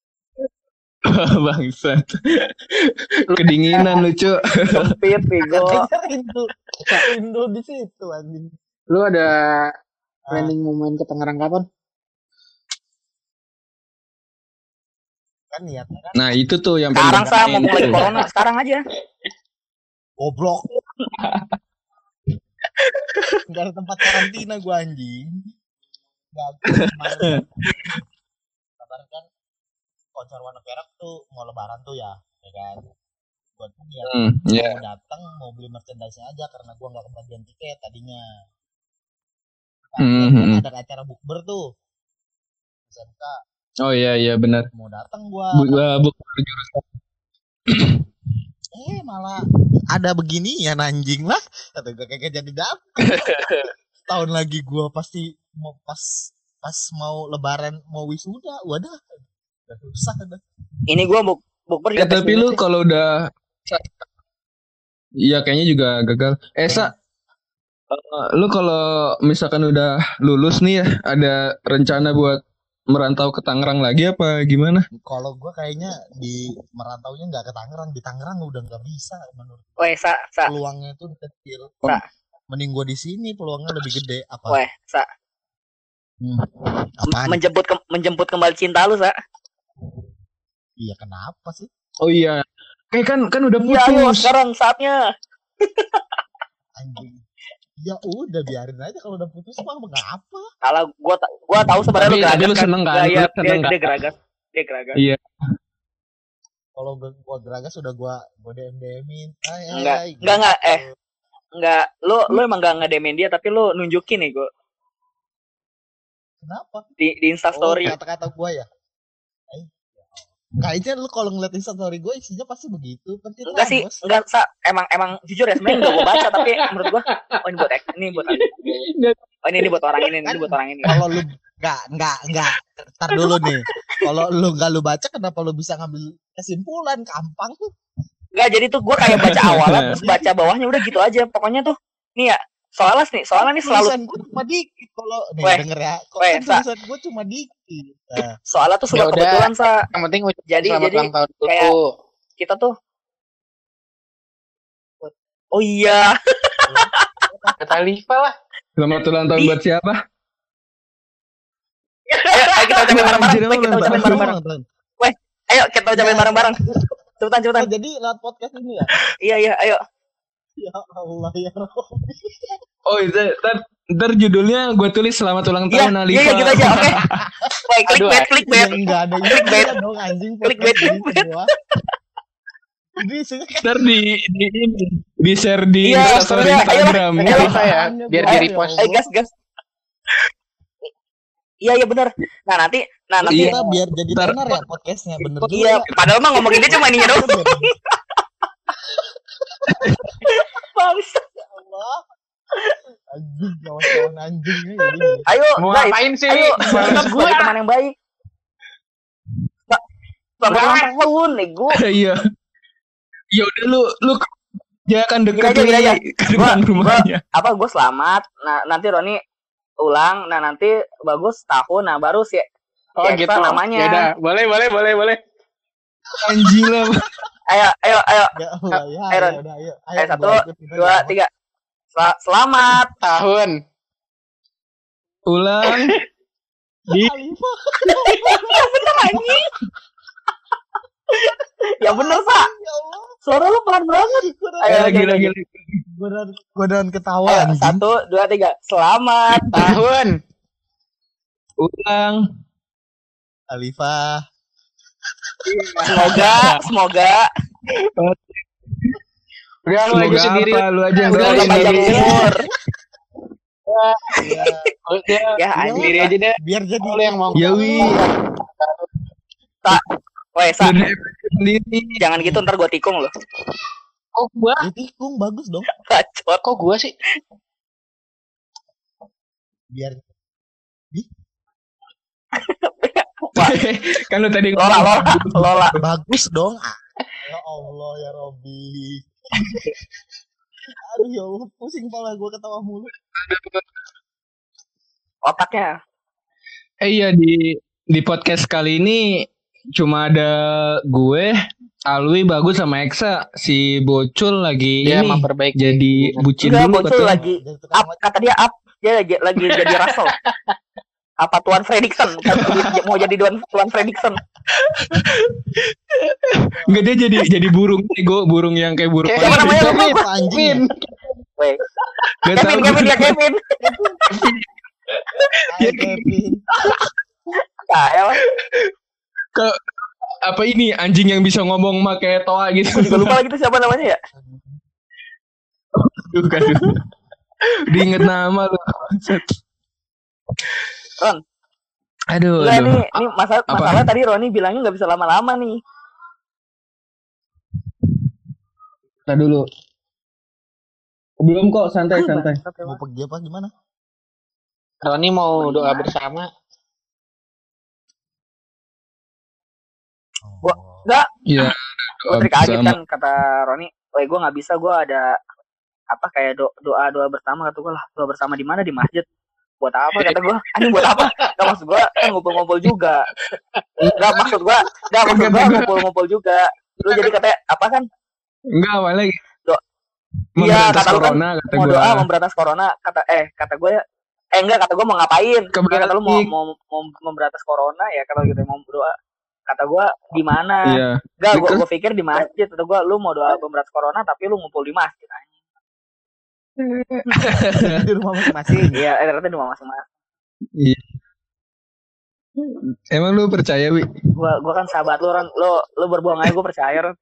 Bangsat. Kedinginan lucu. Sempit bego. Katanya rindu di situ anjing. Lu ada planning mau main ke Tangerang kapan? Kan niatnya kan Nah, itu tuh yang Sekarang pengen Sa, mumpung lagi tuh. corona, sekarang aja. goblok. Gak ada tempat karantina gue anjing. Gak kemarin. Kemarin kan konser Warna Perak tuh mau lebaran tuh ya kan. Gue tuh niat Iya. mau datang mau beli merchandise-nya aja karena gue nggak kebagian tiket tadinya. Kan ada acara bukber tuh. SMK. Oh iya benar. Mau datang gue. Jurusan. Malah ada begini ya anjing lah. Kata gue kayak jadi dapet. Tahun lagi gue pasti mau pas mau lebaran mau wisuda. Wadah. Udah susah dah. Ini gue bukber juga. Tapi lu kalau udah iya kayaknya juga gagal. Sa, lu kalau misalkan udah lulus nih ya, ada rencana buat merantau ke Tangerang lagi apa gimana? Kalau gue kayaknya di merantaunya nggak ke Tangerang, di Tangerang udah nggak bisa menurut. Weh, Sa. Peluangnya tuh kecil. Sa. Mending gue di sini peluangnya lebih gede. Apa? Weh, Sa. Apaan? Menjemput kembali cinta lu, Sa. Iya kenapa sih? Oh iya. Kan udah Iya, ayo putus. sekarang saatnya. Anjing. Ya udah biarin aja kalau udah putus mah ngapa? Kalau gua tahu sebenarnya lu Tapi geragas lu seneng kan? Iya, Lu seneng dia kan? geragas. Dia geragas. Iya. Kalau gua geragas udah gua DM-in. Enggak. Lu emang enggak ngedemen dia tapi lu nunjukin nih gua. Kenapa? Di Insta story. Kata-kata gua ya. Kayaknya lu kalau ngeliat Instastory gue isinya pasti begitu. Enggak sih, enggak Sa. Emang jujur ya sebenarnya enggak gue baca tapi menurut gue oh ini buat ini buat orang ini buat orang ini. Kalau lu enggak. Ntar dulu nih. Kalau lu enggak lu baca kenapa lu bisa ngambil kesimpulan gampang tuh. Enggak, jadi tuh gue kayak baca awalnya terus baca bawahnya udah gitu aja. Pokoknya tuh nih ya, soalnya nih selalu tulisan gue cuma dikit kalau nih denger ya. Tulisan gue cuma dikit. Nah. Soalnya tuh suka kebetulan Sa. Yang penting jadi ulang tahun dulu. Kayak kita tuh oh iya. Kata Liva lah. Selamat ulang tahun buat siapa? Ayo kita ucapin bareng-bareng. Weh, ayo kita ucapin bareng-bareng. Cepetan. Jadi lewat podcast ini ya? Iya, ayo. Ya Allah ya Rabbi. Oh itu ntar judulnya gue tulis selamat ulang tahun Alifa. Iya gitu aja, oke. Woi, clickbait. Enggak ada Clickbait dong anjing. Clickbait. Ini isinya kan Ntar di share di Instagram. Ayo saya biar di repost. Gas. Iya benar. Nah nanti kita biar jadi tenar ya podcastnya bener juga. Iya, padahal mah ngomongin dia cuma ininya doang. Bangsa. Ya Allah. Anjing, kawan-kawan anjingnya jadi. Ayo, mau guys. ngapain sih? Ayo, Balas gue teman yang baik. Selamat ulang tahun nih gue. Iya. Ya udah lu jangan dekat Gini aja. ke depan rumahnya. Gue selamat. Nah, nanti Roni ulang. Nah, nanti bagus tahun. Nah, baru sih. Oh gitu namanya. Ya udah, boleh. Anjing lah. Ayo. Ya Allah ya. Ayo. 1, 2, 3. Selamat tahun. Ulang. Di bener anjing. Ya bener Pak. Ya Allah. Suara lu pelan banget. Ayo Gila. Gue dan ketawa Ayo, 1, 2, 3. Selamat Tahun. Ulang. Alifa. Semoga Udah lu aja sendiri. Lu aja yang udah doain panjang lagi. umur. Ya, sendiri aja deh. Biar jadi Lu yang mau. Ya wi. Woi, Sa, Lu sendiri. jangan gitu ntar gua tikung loh. Kok gua? tikung bagus dong. Bacot. Kok gua sih? Biar Kan lu tadi Lola. bagus dong. Ya Allah ya Robbi. Aduh ya Allah, pusing kepala gue ketawa mulu. Otaknya. Iya di podcast kali ini cuma ada gue, Alwi, Bagus sama Eksa. Si Bocul lagi Dia ini memperbaiki jadi bucin Enggak, dulu Bocul katanya. lagi up, kata dia up. Dia lagi jadi Russell. Apa Tuan Fredrickson? Mau jadi Tuan Fredrickson. Enggak, dia jadi burung nego, burung yang kayak burung. Siapa namanya? Lupa Apa gua. anjing? Weh. Gak tahu. Kevin ya Kevin. Hai Kevin. Kayak lah. Ke apa ini anjing yang bisa ngomong pakai toa gitu. Gue juga lupa lagi itu siapa namanya ya. Aduh, diinget nama lu. Ron. Aduh, Enggak, aduh. ini masalah tadi Roni bilangnya nggak bisa lama-lama nih. Kita dulu. Belum kok, santai. Mau pergi apa gimana? Roni mau doa bersama. Gua enggak. Iya. Gue kaget kan kata Roni. Weh, gue nggak bisa, gue ada apa kayak doa bersama, kata gue lah. Doa bersama di mana? Di masjid. Buat apa, kata gue? Anjing buat apa? Gak maksud gue kan ngumpul-ngumpul juga. Gak maksud gue ngumpul-ngumpul juga. Lu jadi katanya apa kan? Enggak, awalnya Iya, kata lu kan kata mau gua. doa memberantas corona. Kata gue enggak, kata gue mau ngapain? Dia kata lu mau memberantas corona ya, kalau gitu mau doa. Kata gue di mana? Iya. Enggak, gue pikir di masjid. Kata gue lu mau doa memberantas corona tapi lu ngumpul di masjid. Di rumah masing-masing. Iya, ternyata di rumah masing-masing. Iya. Emang lu percaya, Wi? Gua kan sahabat lu, Ron. Lu berbohong aja, gue percaya, Ron.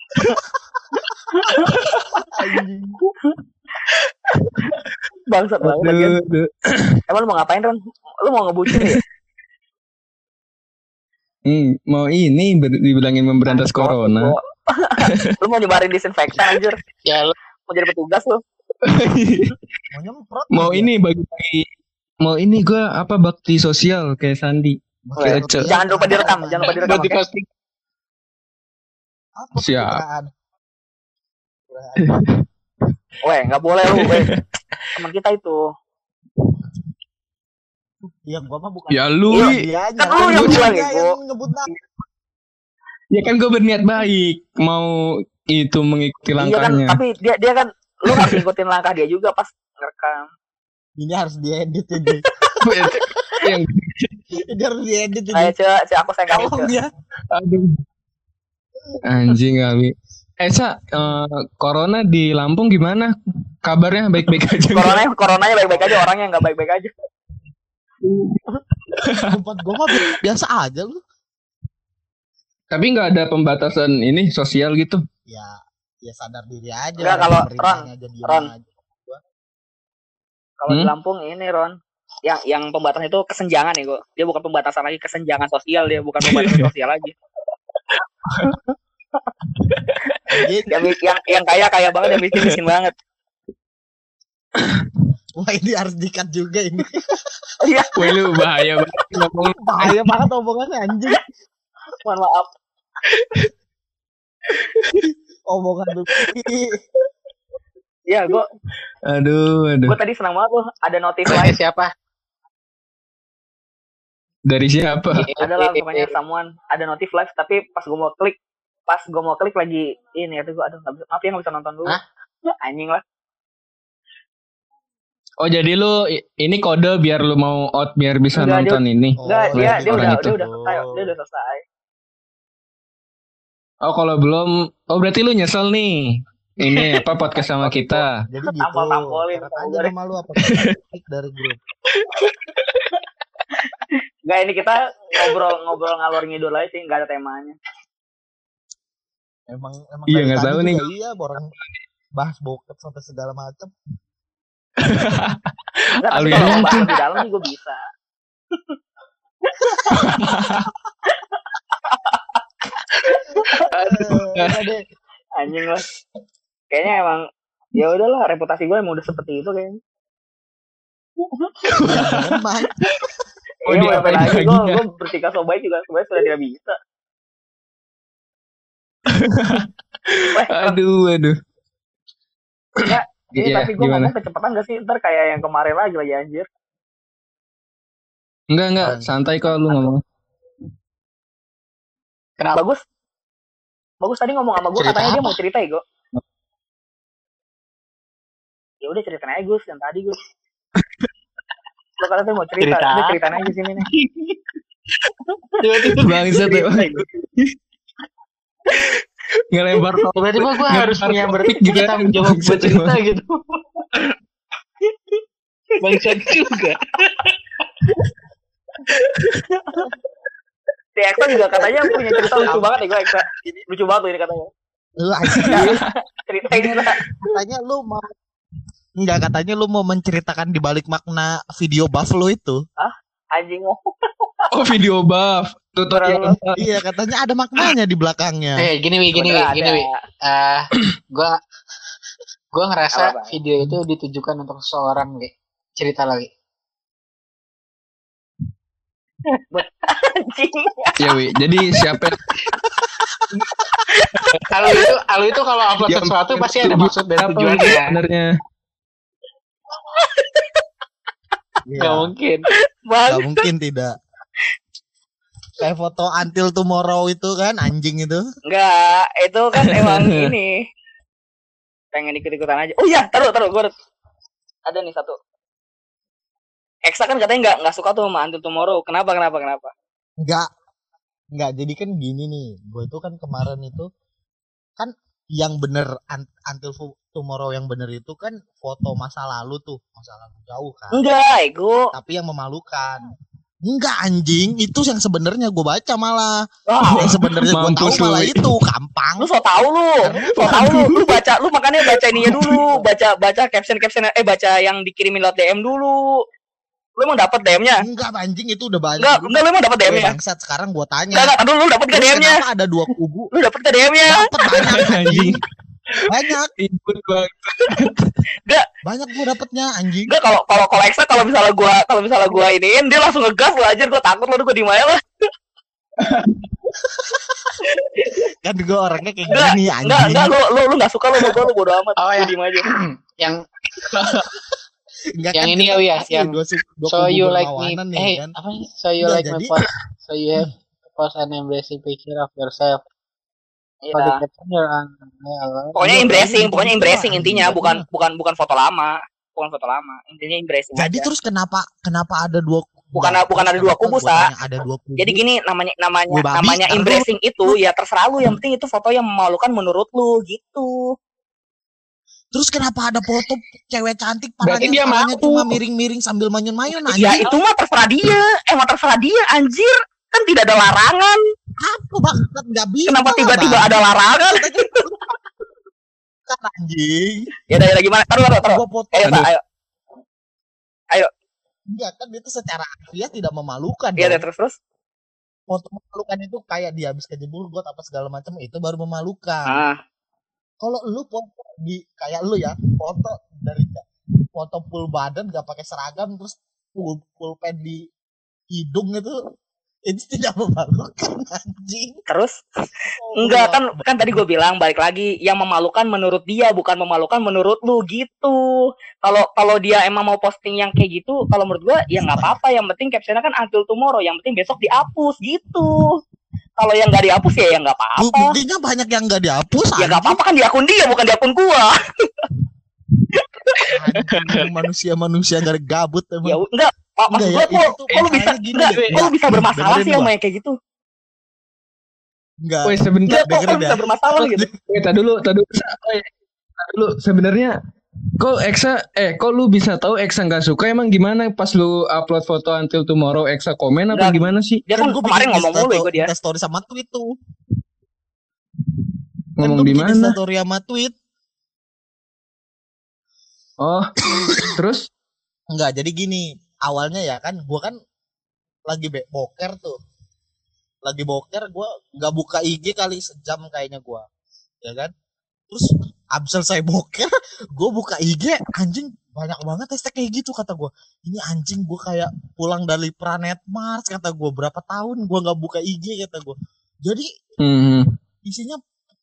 Bangsat banget kan. Emang lu mau ngapain, Ron? Lu mau ngebucin ya? Mau ini dibilangin memberantas corona. Lu mau nyebarin disinfektan anjir. Ya lu Mau jadi petugas lu. Mau nyemprot. Mau ini bagi mau ini gue apa bakti sosial kayak Sandi. Kayak Ece. Jangan lupa direkam, berarti oke? pasti Apa Siap. pencitraan? Weh, nggak boleh lu, weh. Teman kita itu. Ya gua mah bukan. Ya lu, Iya. Wi. Dianya, Kan lu yang bilang dia itu. yang ngebut nama. Ya kan gue berniat baik mau itu mengikuti Iya kan, langkahnya. tapi dia kan lu harus ngikutin langkah dia juga pas ngerekam. Ini harus diedit ini. Yang Ini harus diedit ini. Ayo, Cek, aku sayang kamu, Tolong Cek. ya. aduh. Anjing kali. Sa, corona di Lampung gimana? Kabarnya baik-baik aja? Coronanya baik-baik aja, orangnya nggak baik-baik aja. Tempat gua mah biasa aja lu. Tapi nggak ada pembatasan ini sosial gitu. Ya sadar diri aja. Enggak, kalau Pemerintahnya aja diem Ron. aja. Kalau di Lampung ini, Ron, yang pembatasan itu kesenjangan ya, kok. Dia bukan pembatasan lagi, kesenjangan sosial, dia bukan pembatasan sosial lagi. yang kaya banget, yang miskin banget. Wah ini harus dikat juga ini. Iya, Wah, lu bahaya banget ngomong. Bahaya banget omongannya anjing. mohon maaf. Omongan lu. Iya, Aduh. gue tadi senang banget tuh ada notif Ini live. siapa? Dari siapa? Ada lah pokoknya someone, ada notif live, tapi pas gue mau klik lagi ini ya tuh gue aduh nggak bisa, maaf ya nggak bisa nonton dulu. Hah? Anjing lah. Oh, jadi lu ini kode biar lu mau out biar bisa Enggak, nonton ini. Enggak, Oh, dia orang udah itu. selesai. Dia udah selesai. Oh, kalau belum, berarti lu nyesel nih. Ini apa podcast sama kita. Jadi gitu. Tampol-tampolin, Seret tampol aja gue. nama lu apa? Kick dari grup. Enggak, ini kita ngobrol ngalor ngidul aja sih, enggak ada temanya. Emang Iya, dari nggak tadi tahu juga nih. Iya, orang bahas bokep sampai segala macam. Enggak, tapi Alwi kalau aja bahas tuh. di dalam sih gue bisa. Deh. Anjing lah. Kayaknya emang ya udahlah, reputasi gue emang udah seperti itu kayaknya. Emang. Oh, Iya, dia ngapain apain lagi lagi ya? gue bertiga so baik juga sebenarnya sudah tidak bisa. Weh, Aduh. ya, Tapi gue gimana? ngomong kecepatan gak sih? Ntar kayak yang kemarin lagi anjir. Enggak, santai kok lu ngomong. Kenapa? Bagus tadi ngomong sama gue, Cerita katanya dia apa? mau cerita ya, Go. Ya udah ceritain aja Gus, yang tadi Gus. Lo katanya mau cerita, udah ceritain aja sini nih. Bangsat ya. Ngelempar Tiba-tiba gue harus punya bertanggung jawab buat cerita gitu. Bangsat juga. Si Eksa juga katanya punya cerita lucu banget nih gue Eksa. Lucu banget tuh ini katanya. Lu anjing. Ceritain lah. Katanya lu mau menceritakan di balik makna video buff lu itu. Anjing. Oh, video buff. Tutorial. Iya, katanya ada maknanya di belakangnya. Gini wi. Gue ngerasa Apa? video itu ditujukan untuk seseorang wi. Cerita lagi. Anjing. Ya, Wi. Jadi siapa Kalau itu kalau upload yang sesuatu pasti ada maksud dan apa tujuannya. sebenarnya? Gak mungkin. Gak mungkin tidak. Kayak foto Until Tomorrow itu kan, anjing itu. Enggak, itu kan emang ini. Pengen ikut-ikutan aja. Oh iya, taruh gue ada nih satu. Eksa kan katanya nggak suka tuh sama Until Tomorrow. Kenapa? Enggak, jadi kan gini nih. Gue itu kan kemarin itu kan yang bener Until Tomorrow yang bener itu kan foto masa lalu jauh kan. Enggak, ego. Tapi yang memalukan. Enggak anjing, itu yang sebenarnya gue baca malah. Wah, Yang sebenarnya gue tahu Mampus lu, malah Wi. itu gampang. lu so tau lu baca, lu makanya baca ininya dulu, baca caption baca yang dikirimin lewat DM dulu. Lu emang dapat DM-nya? Enggak anjing, itu udah banyak. Enggak, lu emang dapat DM-nya? Bangsat, sekarang gue tanya. Enggak, aduh lu dapat Terus DM-nya? kenapa ada dua kubu? Lu dapat DM-nya? Dapat banyak anjing. Banyak. Input gua. Banyak gue dapetnya anjing. Enggak, kalau Eksa kalau misalnya gua iniin dia langsung ngegas lu aja, gua takut lu gua di mana lah. Kan gue orangnya kayak gini anjing. Enggak, lu enggak suka lu sama gua, lu bodo amat. Oh, ya. Lu diem aja. Enggak, Yang kan ini kita ya, pasti yang dua so kubu you like me. berlawanan nih, kan. Apa sih? So you Nggak, like my jadi- post. So you have to post an embracing picture of yourself. For the Iya. caption you're on. Pokoknya Iya, embracing iya, intinya, iya. bukan foto lama. Bukan foto lama. Intinya embracing. Jadi aja. terus kenapa ada dua Bukan ada dua kubu, Gua Sa. tanya ada dua kubu. Jadi gini namanya Gua babi, namanya ntar embracing itu ya terserah lu, yang penting itu foto yang memalukan menurut lu gitu. Terus kenapa ada foto cewek cantik Berarti dia palanya mau. cuma miring-miring sambil manyun-manyun Ya anjing? itu mah terserah dia. Emang terserah dia anjir. Kan tidak ada larangan. Apa banget enggak bisa. Kenapa lah, tiba-tiba Bang. ada larangan? Kan anjing. Ya udah gimana? Taruh. Gua foto. Ayo, Sa, ayo. Enggak kan itu secara harfiah tidak memalukan. Iya, dong. terus. Foto memalukan itu kayak dia habis kejebur got apa segala macam itu baru memalukan. Ah, Kalau lu foto di kayak lu ya, foto dari foto full badan gak pakai seragam terus full pad di hidung itu tidak memalukan anjing. terus enggak kan tadi gue bilang balik lagi yang memalukan menurut dia bukan memalukan menurut lu gitu. Kalau dia emang mau posting yang kayak gitu, kalau menurut gue ya nggak apa-apa, yang penting captionnya kan Until Tomorrow, yang penting besok dihapus gitu. Kalau yang nggak dihapus ya nggak apa-apa. Buktinya banyak yang gak dihapus. Ya nggak apa-apa kan di akun dia bukan di akun gua. Anjing, manusia gak gabut emang. Ya enggak, maksud Enggak gua ya, kok lu bisa lu bisa bermasalah sih sama yang kayak gitu. Enggak. Woi, sebentar. Enggak, kok lu bisa bermasalah gitu. Tadi dulu sebenarnya kok lu bisa tahu Eksa nggak suka, emang gimana pas lu upload foto Until Tomorrow Eksa komen apa Enggak. gimana sih? Dia kan gua kemarin bikin ngomong mulu gue dia. story sama tweet tuh. Ngomong gua di bikin mana? story sama tweet. Oh, terus? Enggak, jadi gini, awalnya ya kan gua kan lagi boker tuh. Lagi boker, gua enggak buka IG kali sejam kayaknya gua. Ya kan? Terus abis selesai boker, gua buka IG, anjing banyak banget hashtag kayak gitu kata gua. Ini anjing gua kayak pulang dari planet Mars kata gua, berapa tahun gua enggak buka IG kata gua. Jadi isinya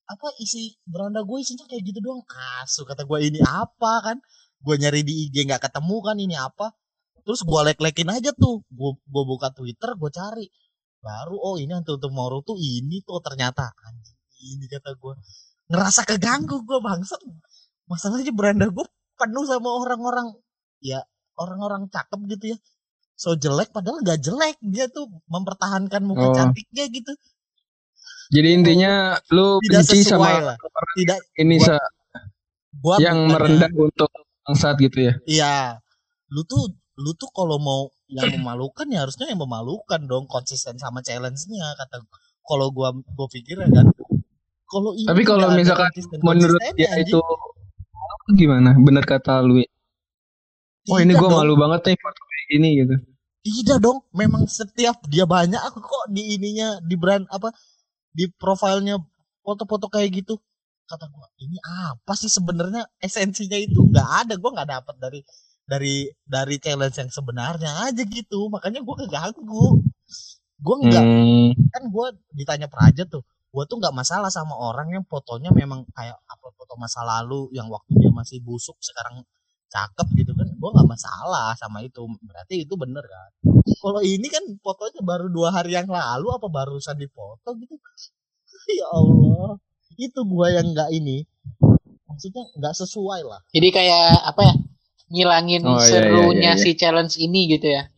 isi beranda gue isinya kayak gitu doang. Asu, kata gue, ini apa kan? Gue nyari di IG nggak ketemu kan, ini apa? Terus gue like-lekin aja tuh. Gue buka Twitter, gue cari. Baru ini Hunter Tomorrow tuh ini tuh ternyata. Anjing, ini kata gue. Ngerasa keganggu gue, bangsat. Masalahnya beranda gue penuh sama orang-orang, ya orang-orang cakep gitu ya. So jelek padahal gak jelek, dia tuh mempertahankan muka cantiknya gitu. Jadi intinya lu tidak benci sesuai sama lah. Tidak ini gua yang merendah untuk bangsat gitu ya. Iya. Lu tuh kalau mau yang memalukan ya harusnya yang memalukan dong, konsisten sama challenge-nya, kata kalau gua pikir ya kan. Kalau ini tapi kalau misalkan menurut dia itu gimana? Bener kata lu. Ini gue malu banget nih foto kayak gini gitu. Tidak dong, memang setiap dia banyak aku kok di ininya, di brand apa, di profilnya foto-foto kayak gitu. Kata gue, ini apa sih sebenarnya esensinya itu? Nggak ada, gue nggak dapat dari challenge yang sebenarnya aja gitu. Makanya gue keganggu. Gue nggak, kan gue ditanya Praja tuh, gue tuh nggak masalah sama orang yang fotonya memang kayak upload foto masa lalu yang waktu dia masih busuk sekarang cakep gitu kan, gue nggak masalah sama itu, berarti itu bener kan. Kalau ini kan fotonya baru 2 hari yang lalu apa barusan dipoto gitu. Ya Allah, itu gue yang nggak ini, maksudnya nggak sesuai lah. Jadi kayak apa ya, ngilangin serunya si challenge ini gitu ya.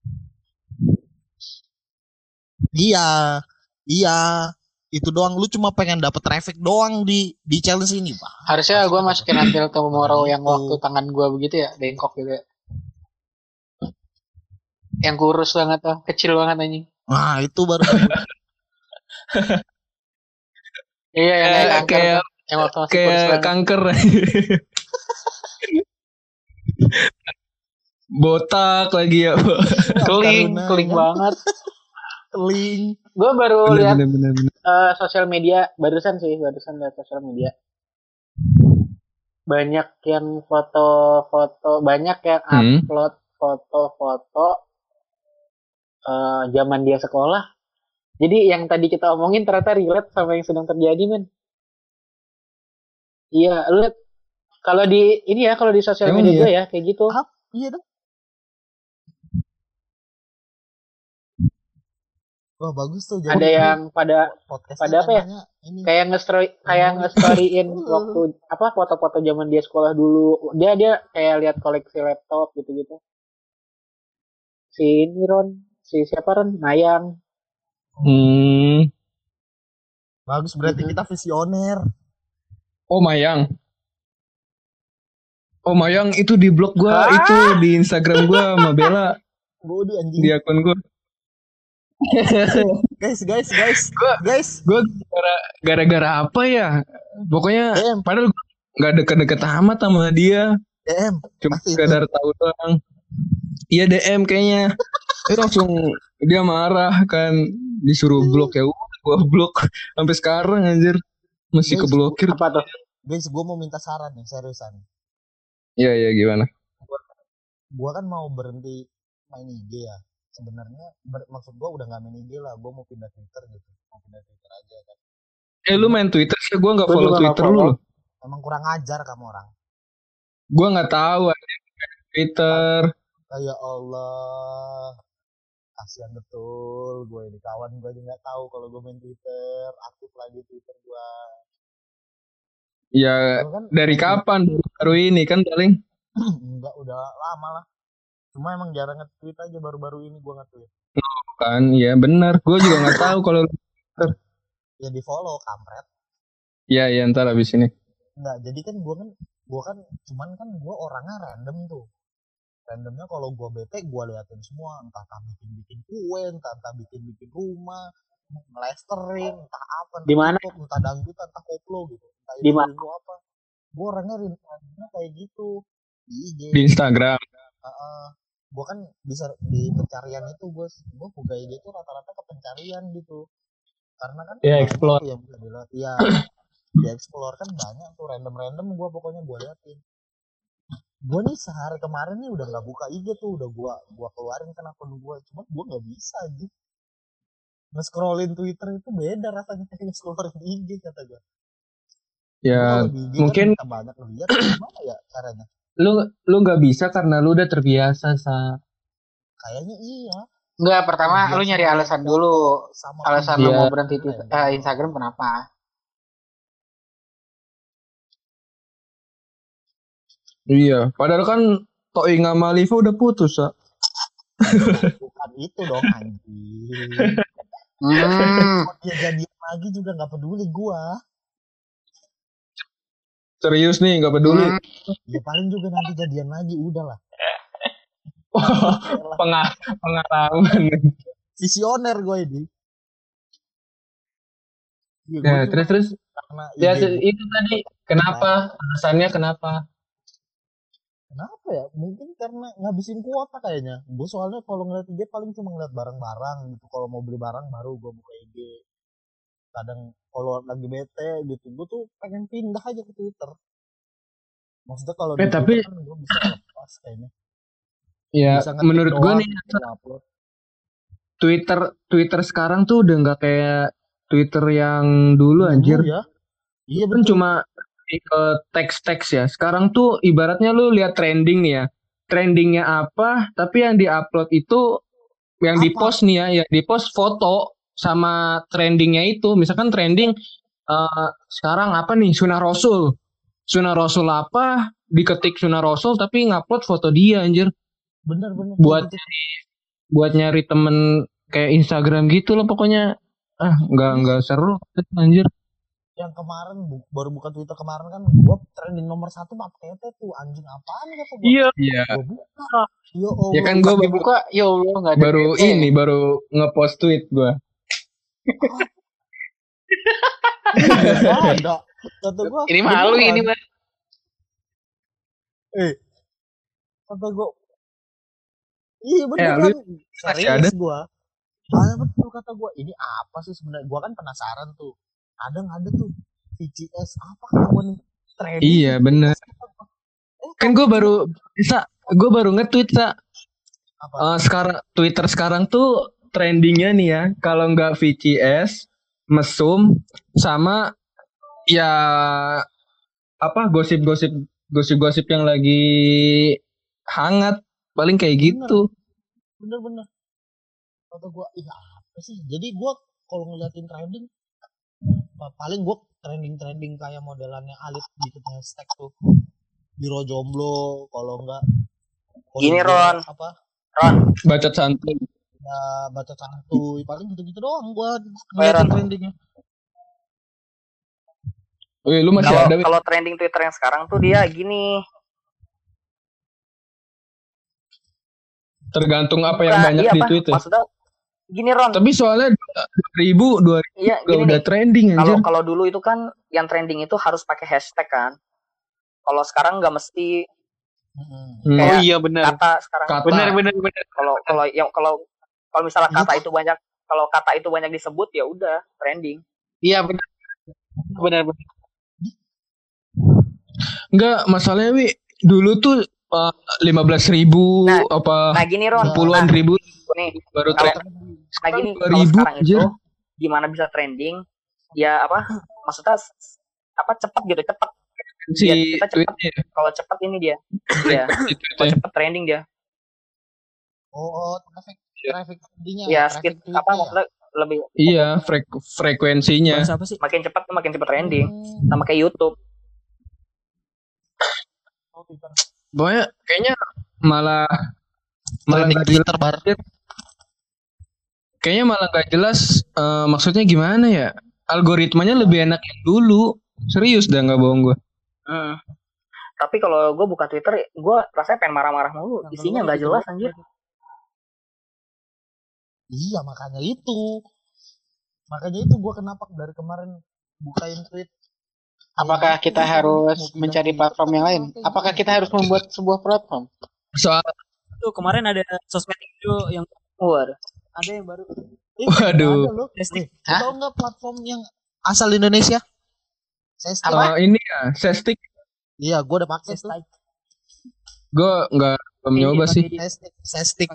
Iya itu doang, lu cuma pengen dapet traffic doang di challenge ini, Pak. Harusnya gue masukin Hunter Tomorrow yang waktu tangan gue begitu ya, bengkok gitu ya. Yang kurus banget tuh, kecil banget anjing. Nah, itu baru. Iya, yang kanker. Yang waktu masih kurus banget. Kanker. Botak lagi ya. Keling banget. Keling. Gue baru lihat sosial media barusan lihat sosial media. Banyak yang foto-foto, banyak yang upload foto-foto zaman dia sekolah. Jadi yang tadi kita omongin ternyata relate sama yang sedang terjadi, men. Iya, lihat kalau di ini ya, kalau di sosial media gue ya kayak gitu. Iya dong. Wah, bagus tuh. Ada yang pada apa ya? Ini. Kayak nge-storyin waktu apa foto-foto zaman dia sekolah dulu. Dia kayak lihat koleksi laptop gitu-gitu. Si siapa Ron? Mayang. Bagus, berarti kita visioner. Mayang itu di blog gue, itu di Instagram gue sama Bella. Di akun gue. guys, gue gara-gara apa ya? Pokoknya padahal gue nggak deket-deket amat sama dia. Cuma sekedar tahu doang. Iya DM kayaknya. Langsung dia marah kan, disuruh blok, ya gue blok sampai sekarang anjir masih keblokir. Apa tuh? Guys, gue mau minta saran nih, seriusan. Iya gimana? Gue kan mau berhenti main IG ya. Sebenarnya maksud gue udah nggak main IG lah, gue mau pindah Twitter gitu, mau pindah Twitter aja kan. Lu main Twitter sih? Gue nggak follow Twitter lu. Emang kurang ajar kamu orang. Gue nggak tahu ada Twitter. Ya Allah, kasihan betul gue ini, kawan gue aja nggak tahu kalau gue main Twitter, aktif lagi Twitter gue. Ya kan, dari kapan? Baru ini kan paling? Enggak, udah lama lah. Cuma emang jarang nge-tweet aja, baru-baru ini gue nge-tweet. Kan, iya benar. Gue juga nggak tahu kalau ya di follow kampret. Iya ntar abis ini. Enggak, jadi kan gue kan cuman kan gue orangnya random tuh. Randomnya kalau gue bete gue liatin semua, entah bikin kue, entah bikin rumah, ngelestering, entah apa, di mana, entah dangdut, entah koplo gitu, entah di mana apa. Gue orangnya kayak gitu di IG, di Instagram. Gue kan bisa di pencarian itu, gue buka IG itu rata-rata ke pencarian gitu, karena kan explore yang bisa dilihat, ya di explore kan banyak tuh random gue pokoknya gue liatin. Gue nih sehari kemarin nih udah nggak buka IG tuh, udah gue keluarin kan akun gue, cuma gue nggak bisa aja nge-scrollin Twitter itu beda rasanya kayak nge-scrollin IG, kata gue. Ya Kalau di IG mungkin kan bisa banyak lihat gimana ya caranya? lu nggak bisa karena lu udah terbiasa sa. Kayaknya iya. Enggak, pertama Biar lu nyari sama alasan foto dulu. sama Alasan video lu Iya. mau berhenti trending. Instagram kenapa? Iya. Padahal kan Toi sama Liva udah putus sa. Bukan itu dong anjing. Hmm. Kalau dia jadian lagi juga nggak peduli gua. Serius nih nggak peduli. Hmm. Ya paling juga nanti jadian lagi udahlah. Pengalaman. Visioner gue ini. Ya, Ya terus karena ya IG gua. itu tadi kenapa alasannya kenapa? Kenapa ya? Mungkin karena ngabisin kuota kayaknya. Gue soalnya kalau ngeliat IG paling cuma ngeliat barang-barang gitu. Kalau mau beli barang baru gue buka IG. Kadang kalau lagi bete gitu, gue tuh pengen pindah aja ke Twitter. Maksudnya kalau di Tapi Twitter kan gue bisa lepas kayaknya. ya Bisa ngetik menurut gue doang, nih upload. Twitter sekarang tuh udah nggak kayak Twitter yang dulu anjir. Ya. Iya Kan betul. cuma teks-teks ya. Sekarang tuh ibaratnya lu lihat trending nih ya. Trendingnya apa, tapi yang diupload itu yang Apa? dipost nih ya, yang dipost foto sama trendingnya itu. Misalkan trending sekarang apa nih? Sunnah Rasul. Sunnah Rasul apa? Diketik Sunnah Rasul tapi ngupload foto dia anjir. Bener-bener. Buat nyari temen kayak Instagram gitu loh pokoknya. Nggak seru anjir. Yang kemarin baru buka Twitter kemarin kan gue trending nomor 1 Map Tete tuh anjing apaan kata gue. Iya. Gue buka. Ya Allah. Ya kan gue Dibuka, ya Allah nggak ada. baru ngepost tweet gue. Ada. Kata gue. Ini malu ini mah. Kata gue. Iya bener lu kan. masih ada? Serius gue. Banyak betul kata gue. Ini apa sih sebenarnya? Gue kan penasaran tuh. Ada nggak ada tuh VCS apa kata gue nih? Trading. Iya bener. Kan gue baru nge-tweet sa. Sekarang Twitter sekarang tuh trendingnya nih ya. Kalau nggak VCS, mesum, sama ya apa gosip-gosip yang lagi hangat. Paling kayak gitu. Bener. Kata gue, apa sih? Jadi gue kalau ngeliatin trending, paling gue trending kayak modelannya Alit bikin hashtag tuh. Biro jomblo, kalau enggak. Gini Ron. Apa? Ron. Bacot santuy. Ya, baca santuy. Paling gitu-gitu doang gue Ron. ngeliatin trendingnya. Wih, lu masih ada? Kalau trending Twitter yang sekarang tuh dia gini. Tergantung apa yang banyak di Twitter. Maksudnya gini Ron. Tapi soalnya 2000 iya, udah trending anjir. Kalau dulu itu kan yang trending itu harus pakai hashtag kan. Kalau sekarang nggak mesti. Oh iya benar. Kata sekarang. Benar. Kalau misalnya kata itu banyak, kalau kata itu banyak disebut ya udah trending. Iya benar. Enggak, masalahnya dulu tuh 15.000 Nah gini Ron, puluhan ribu nih baru trending. Nah gini, kalau sekarang itu gimana bisa trending? Ya apa? Maksudnya apa cepat gitu, cepat. Kita cepat. Kalau cepat ini dia. Ya. Kalau cepat trending dia. Oh, traffic tingginya. Ya, speed apa maksudnya lebih. Iya, frekuensinya. Makin cepat trending. Sama kayak YouTube. Pokoknya kayaknya malah nggak Twitter bar. Kayaknya malah nggak jelas maksudnya gimana ya? Algoritmanya lebih enak yang dulu. Serius dah nggak bohong gue. Tapi kalau gue buka Twitter, gue rasanya pengen marah-marah mulu. Isinya nggak jelas anjir. Iya makanya itu gue kenapa dari kemarin bukain tweet. Apakah kita harus mencari platform yang lain? Apakah kita harus membuat sebuah platform? Soal itu kemarin ada sosmed Indo yang ada yang baru. Waduh. Tahu nggak platform yang asal Indonesia? Ini ya, Sestik. Iya, gue udah pakai tuh. Gue nggak belum nyoba sih. Sestik.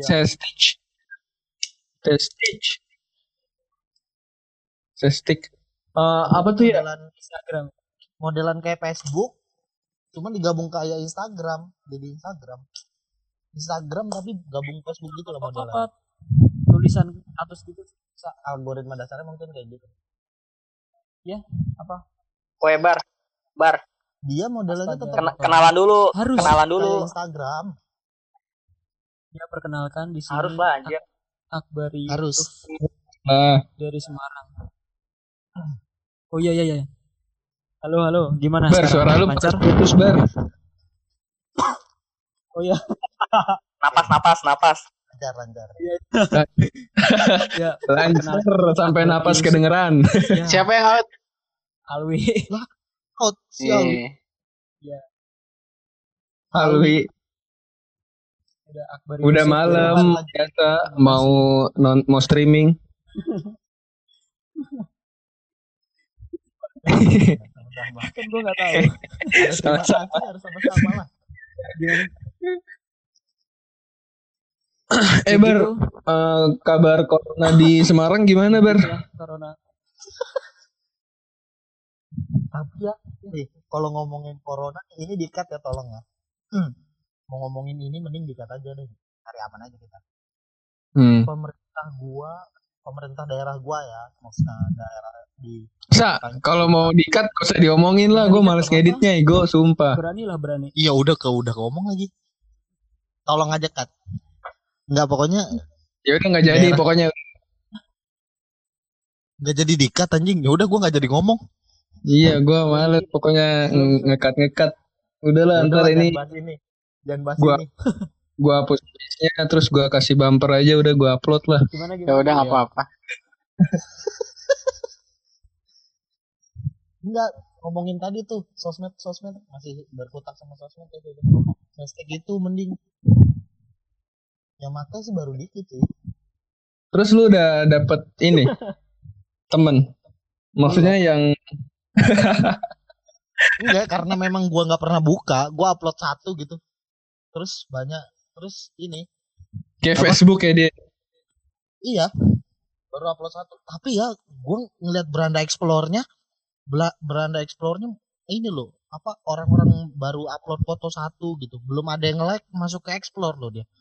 Sestik. Apa tuh ya? Instagram. Modelan kayak Facebook, cuman digabung kayak Instagram, jadi Instagram tapi gabung Facebook gitu lah modelan. Apa tulisan status gitu. Algoritma dasarnya mungkin kayak gitu. Ya, apa? Kue bar. Dia modelannya Astaga. tetap Kenalan dulu. Harus. Kenalan dulu. kayak Instagram. Ya, perkenalkan di sini Harus lah anjir. Akbari Harus. dari Semarang. Oh iya. Halo, gimana Bar, suara lu lancar? putus, Bar. Oh iya. Napas. Lancar. Ya, Lancar sampai napas kedengeran. ya, Siapa yang out? Alwi. Out sial. Alwi, Udah Akbari. udah Yusuf. malam biasa mau streaming. Sama-sama. Kan gue nggak tahu. Harus sama-sama lah. Gimana? Bar, Gitu. kabar corona di Semarang gimana, Bar? Ya, corona. Tapi ya, kalau ngomongin corona ini di-cut ya tolong ya. Mau ngomongin ini mending di-cut aja deh. Cari aman aja kita. Pemerintah daerah gua ya, maksudnya daerah di Kalau mau di-cut gak usah diomongin lah, gue males ngeditnya, ego, sumpah. Berani. Iya udah ngomong lagi. Tolong aja cut. Enggak pokoknya Ya udah nggak jadi, Daerah. pokoknya. nggak jadi di-cut anjing. Ya udah gua nggak jadi ngomong. Iya, gue males, pokoknya ngekat. Udahlah, ntar ini Jangan bahas Gua- ini. gue hapus voice-nya, terus gue kasih bumper aja, udah gue upload lah. Gimana? Ya udah nggak apa-apa. Enggak, ngomongin tadi tuh sosmed masih berkutat sama sosmed ya gitu. Hashtag itu mending. Yang makai sih baru dikit sih. Terus lu udah dapet ini temen, maksudnya yang Enggak, karena memang gua nggak pernah buka, gua upload satu gitu. Terus ini. kayak Apa? Facebook ya dia. Iya. Baru upload satu. Tapi ya gua ngeliat beranda explore-nya ini loh, apa orang-orang baru upload foto satu gitu. Belum ada yang like masuk ke explore loh dia.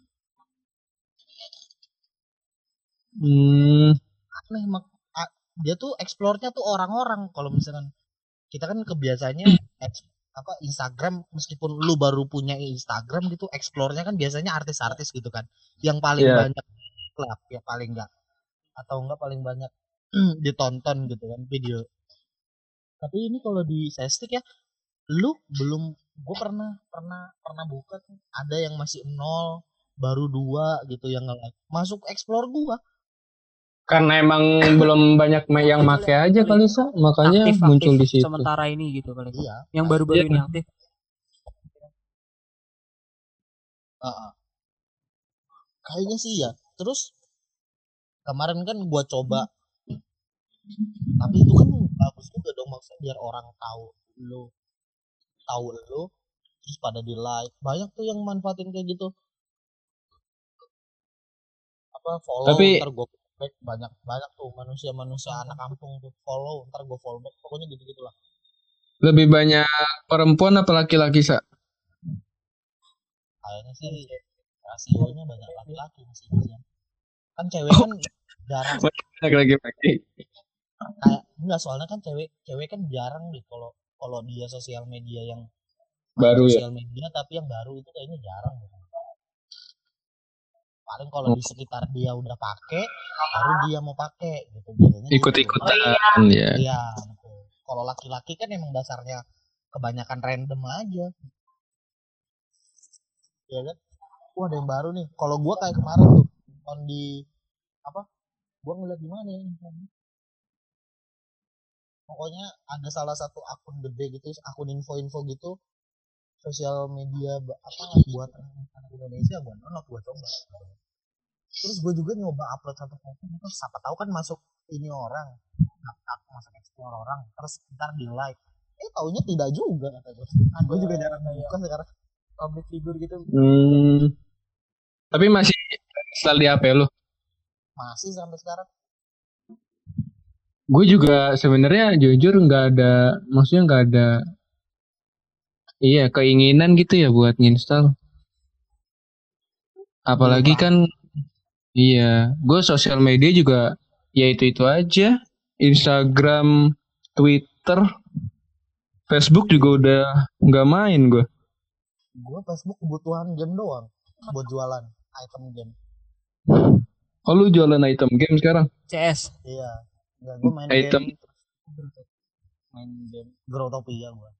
Aneh dia tuh explore-nya tuh orang-orang. Kalau misalkan kita kan kebiasaannya Instagram, meskipun lu baru punya Instagram gitu, explore-nya kan biasanya artis-artis gitu kan, yang paling Iya. banyak klub ya, paling paling banyak ditonton gitu kan video. Tapi ini kalau di Sestik ya, lu belum, gue pernah buka tuh, ada yang masih 0, baru 2 gitu yang nge-like, masuk explore gua. Karena emang belum banyak yang make aja kali so, makanya Aktif muncul di situ. sementara ini gitu kali. Iya. Yang baru-baru Iya. ini aktif. Kayaknya sih ya. Terus kemarin kan gua coba, tapi itu kan bagus juga dong, maksudnya biar orang tahu lu terus pada di like. Banyak tuh yang manfaatin kayak gitu, apa follow. Tapi- Ntar gua follow back. Banyak tuh manusia anak kampung tuh follow, ntar gua follow back, pokoknya gitu gitulah. Lebih banyak perempuan apa laki-laki, Sa? Kayaknya sih rasionya banyak laki-laki masih. Kan cewek kan jarang. Banyak laki-laki. Kayak enggak, soalnya kan cewek kan jarang deh kalau dia sosial media yang Baru ya. sosial media, tapi yang baru itu kayaknya jarang deh. Paling kalau di sekitar dia udah pakai, baru dia mau pakai gitu, biasanya Ikut-ikutan ya. Iya, betul. Kalau laki-laki kan emang dasarnya kebanyakan random aja. Ya kan? Wah, ada yang baru nih. Kalau gua kayak kemarin tuh di apa? Gua ngeliat di mana ya? Pokoknya ada salah satu akun gede gitu, akun info-info gitu, sosial media buat anak Indonesia. Gua download, gua coba. Terus gue juga nyoba upload satu foto gitu, siapa tahu kan masuk ini orang, masuk explore orang, terus ntar di like. Taunya tidak juga kata gue. Gue juga jarang buka sekarang. Public figure gitu. Tapi masih install di HP lu. Masih sampai sekarang. Gue juga sebenarnya jujur maksudnya nggak ada, iya keinginan gitu ya buat nginstal. Apalagi Belum kan, iya, gue sosial media juga ya itu aja, Instagram, Twitter, Facebook juga udah nggak main gue. Gue Facebook kebutuhan game doang buat jualan item game. Oh lu jualan item game sekarang? CS. Iya. Enggak, gue main Item. game Growtopia gue.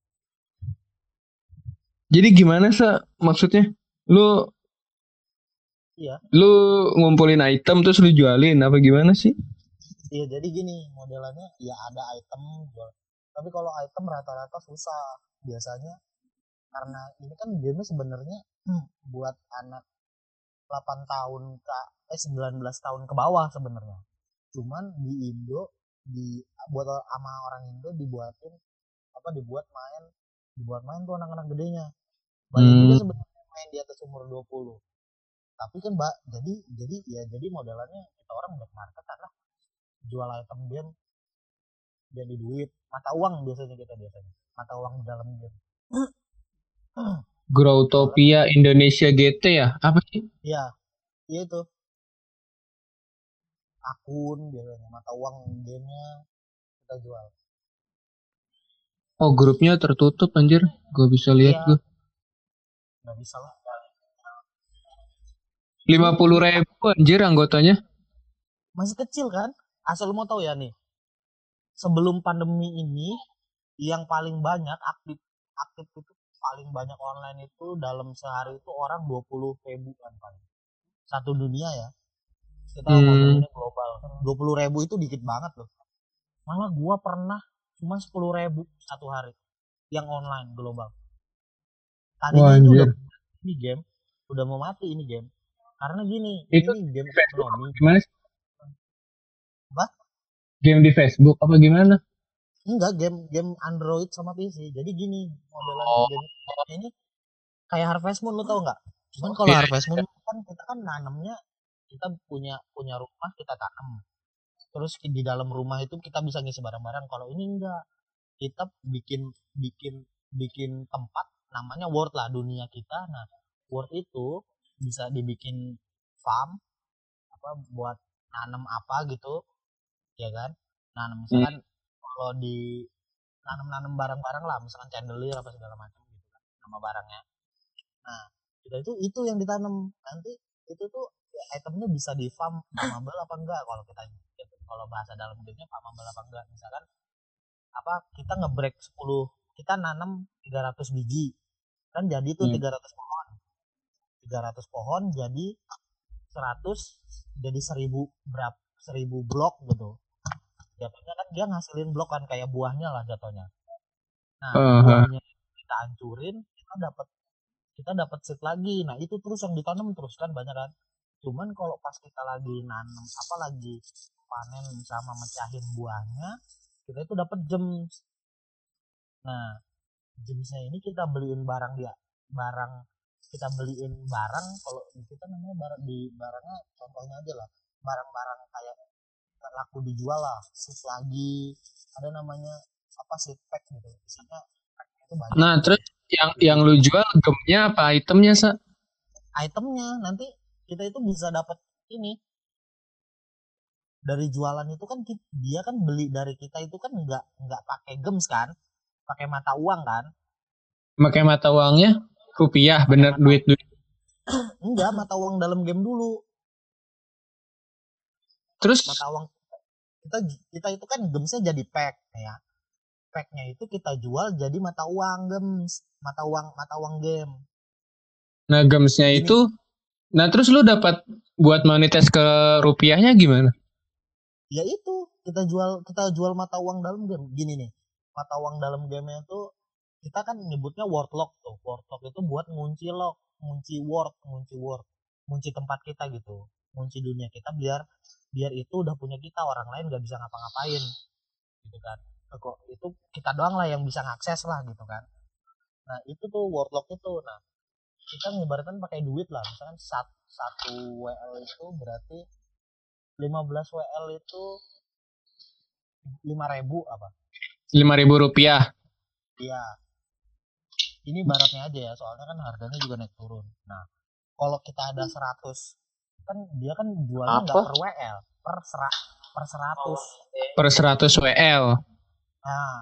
Jadi gimana maksudnya? Lu Iya. lu ngumpulin item terus lu jualin apa gimana sih? Iya, jadi gini modelannya, ya ada item jual. Tapi kalau item rata-rata susah biasanya, karena ini kan game sebenarnya buat anak 8 tahun ke 19 tahun ke bawah sebenarnya. Cuman di Indo buat sama orang Indo dibuat main tuh anak-anak gedenya. Banyak juga sebenarnya main di atas umur 20. Tapi kan jadi modelannya kita orang black market karena jual item game jadi duit, mata uang biasanya mata uang di dalam game. Growtopia Indonesia GT ya? Apa sih? Iya itu akun biasanya, mata uang gamenya kita jual. Oh grupnya tertutup anjir, gue bisa lihat Iya. gue. Nggak bisa lah. 50.000 anjir anggotanya. Masih kecil kan? Asal lu mau tahu ya nih, sebelum pandemi ini yang paling banyak aktif itu paling banyak online itu dalam sehari itu orang 20.000 kan paling. Satu dunia ya. Kita ngomonginnya global. 20.000 itu dikit banget loh. Malah gua pernah cuma 10.000 satu hari yang online global. Tadinya itu udah mau mati ini game. Karena gini, itu ini game ekonomi. Gimana sih? Apa? Game di Facebook apa gimana? Enggak, game Android sama PC. Jadi gini, modelan game ini kayak Harvest Moon, lu tau nggak? Cuman kalau Harvest Moon kan kita kan nanamnya, kita punya rumah, kita tanam. Terus di dalam rumah itu kita bisa ngisi barang-barang. Kalau ini enggak, kita bikin tempat namanya world lah, dunia kita. Nah, world itu bisa dibikin farm buat nanam apa gitu, ya kan? Nanam misalkan kalau di nanam barang-barang lah, misalkan chandelier apa segala macam gitu kan, nama barangnya. Nah, itu yang ditanam. Nanti itu tuh ya, itemnya bisa di farm farmable apa enggak, kalau bahasa dalam gamenya farmable apa enggak. Misalkan kita nge-break 10, kita nanam 300 biji. Kan jadi tuh 300 pohon. 300 pohon jadi 100 jadi 1000 blok gitu. Jatuhnya kan dia ngasilin blok kan, kayak buahnya lah jatuhnya. Nah, buahnya kita hancurin, kita dapat seed lagi. Nah, itu terus yang ditanam terus kan banyak kan. Cuman kalau pas kita lagi nanam lagi panen sama mecahin buahnya, kita itu dapat gems. Nah, gemsnya ini kita beliin barang kalau kita namanya barangnya contohnya aja lah, barang-barang kayak laku dijual lah, seed lagi, ada namanya seed pack gitu, isinya itu banyak. Nah terus yang lu jual gemnya apa itemnya itemnya nanti kita itu bisa dapat ini dari jualan itu kan, dia kan beli dari kita itu kan nggak pakai gems kan, pakai mata uang kan. Pakai mata uangnya rupiah, bener duit. Enggak, mata uang dalam game dulu. Terus mata uang kita itu kan gemsnya jadi pack ya. Packnya itu kita jual jadi mata uang gems, mata uang game. Nah gemsnya itu, nah terus lu dapat buat monetis ke rupiahnya gimana? Ya itu kita jual mata uang dalam game. Gini nih, mata uang dalam game itu kita kan nyebutnya word lock tuh. Word lock itu buat ngunci lock, ngunci word, ngunci tempat kita gitu, ngunci dunia kita biar itu udah punya kita, orang lain nggak bisa ngapa-ngapain gitu kan. Kok itu kita doang lah yang bisa ngakses lah gitu kan. Nah itu tuh word lock itu. Nah kita ngibaratkan pakai duit lah, misalkan satu WL itu berarti 15 WL itu 5.000 apa? Rp5.000. Iya. Ini baratnya aja ya, soalnya kan harganya juga naik turun. Nah, kalau kita ada 100, kan dia kan jualnya nggak per WL, per 100. Per 100 WL. Nah,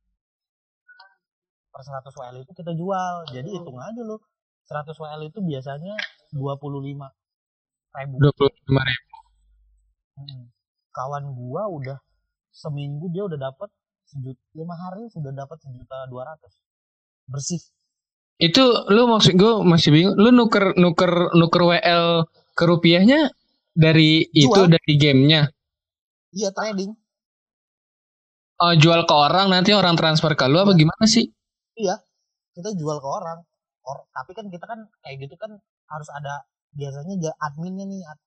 per 100 WL itu kita jual. Jadi hitung aja lo, 100 WL itu biasanya 25.000. 25.000. Kawan gua udah seminggu dia udah dapat 5 hari sudah dapat 1.200.000 bersih. Itu lu maksud gue masih bingung. Lu nuker WL ke rupiahnya dari Jual. itu dari gamenya. Iya, trading. Oh, jual ke orang, nanti orang transfer ke lu apa gimana sih? Iya, kita jual ke orang. Tapi kan kita kan kayak gitu kan harus ada biasanya adminnya.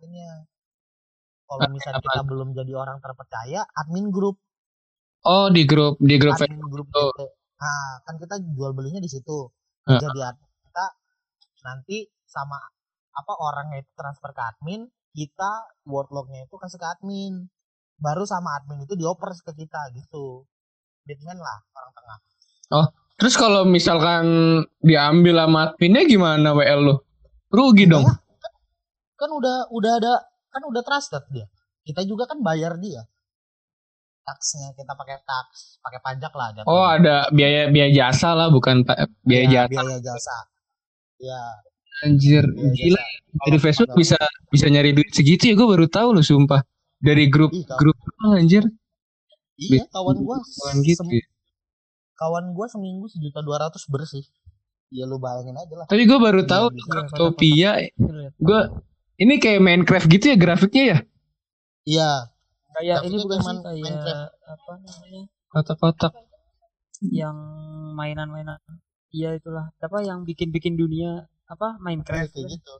Kalau misalnya kita belum jadi orang terpercaya, admin grup. Oh, di grup admin grup gitu. Nah, kan kita jual belinya di situ. Jadi kita nanti sama orangnya itu transfer ke admin, kita word lognya itu kasih ke admin. Baru sama admin itu dioper ke kita gitu. Bitman lah orang tengah. Oh, terus kalau misalkan diambil sama adminnya gimana WL lu? Rugi dong. Ya, kan udah ada, kan udah trusted dia. Kita juga kan bayar dia. Taksnya kita pakai pajak lah. Jatuhnya. Oh, ada biaya jasa lah, bukan biaya jasa. Biaya jasa. Ya. Anjir, gila. Dari Facebook bisa nyari duit segitu ya, gue baru tahu loh, sumpah. Dari grup anjir. Iya, kawan gua gitu. Kawan gua seminggu 1.200.000 bersih. Ya lu bayangin aja lah. Tapi gue baru tahu Craftopia. Gue ini kayak Minecraft gitu ya grafiknya ya? Iya. Kayak ini bukan sih kayak apa namanya? Kotak-kotak. Yang mainan-mainan. Iya itulah. Apa yang bikin dunia apa Minecraft kayak gitu.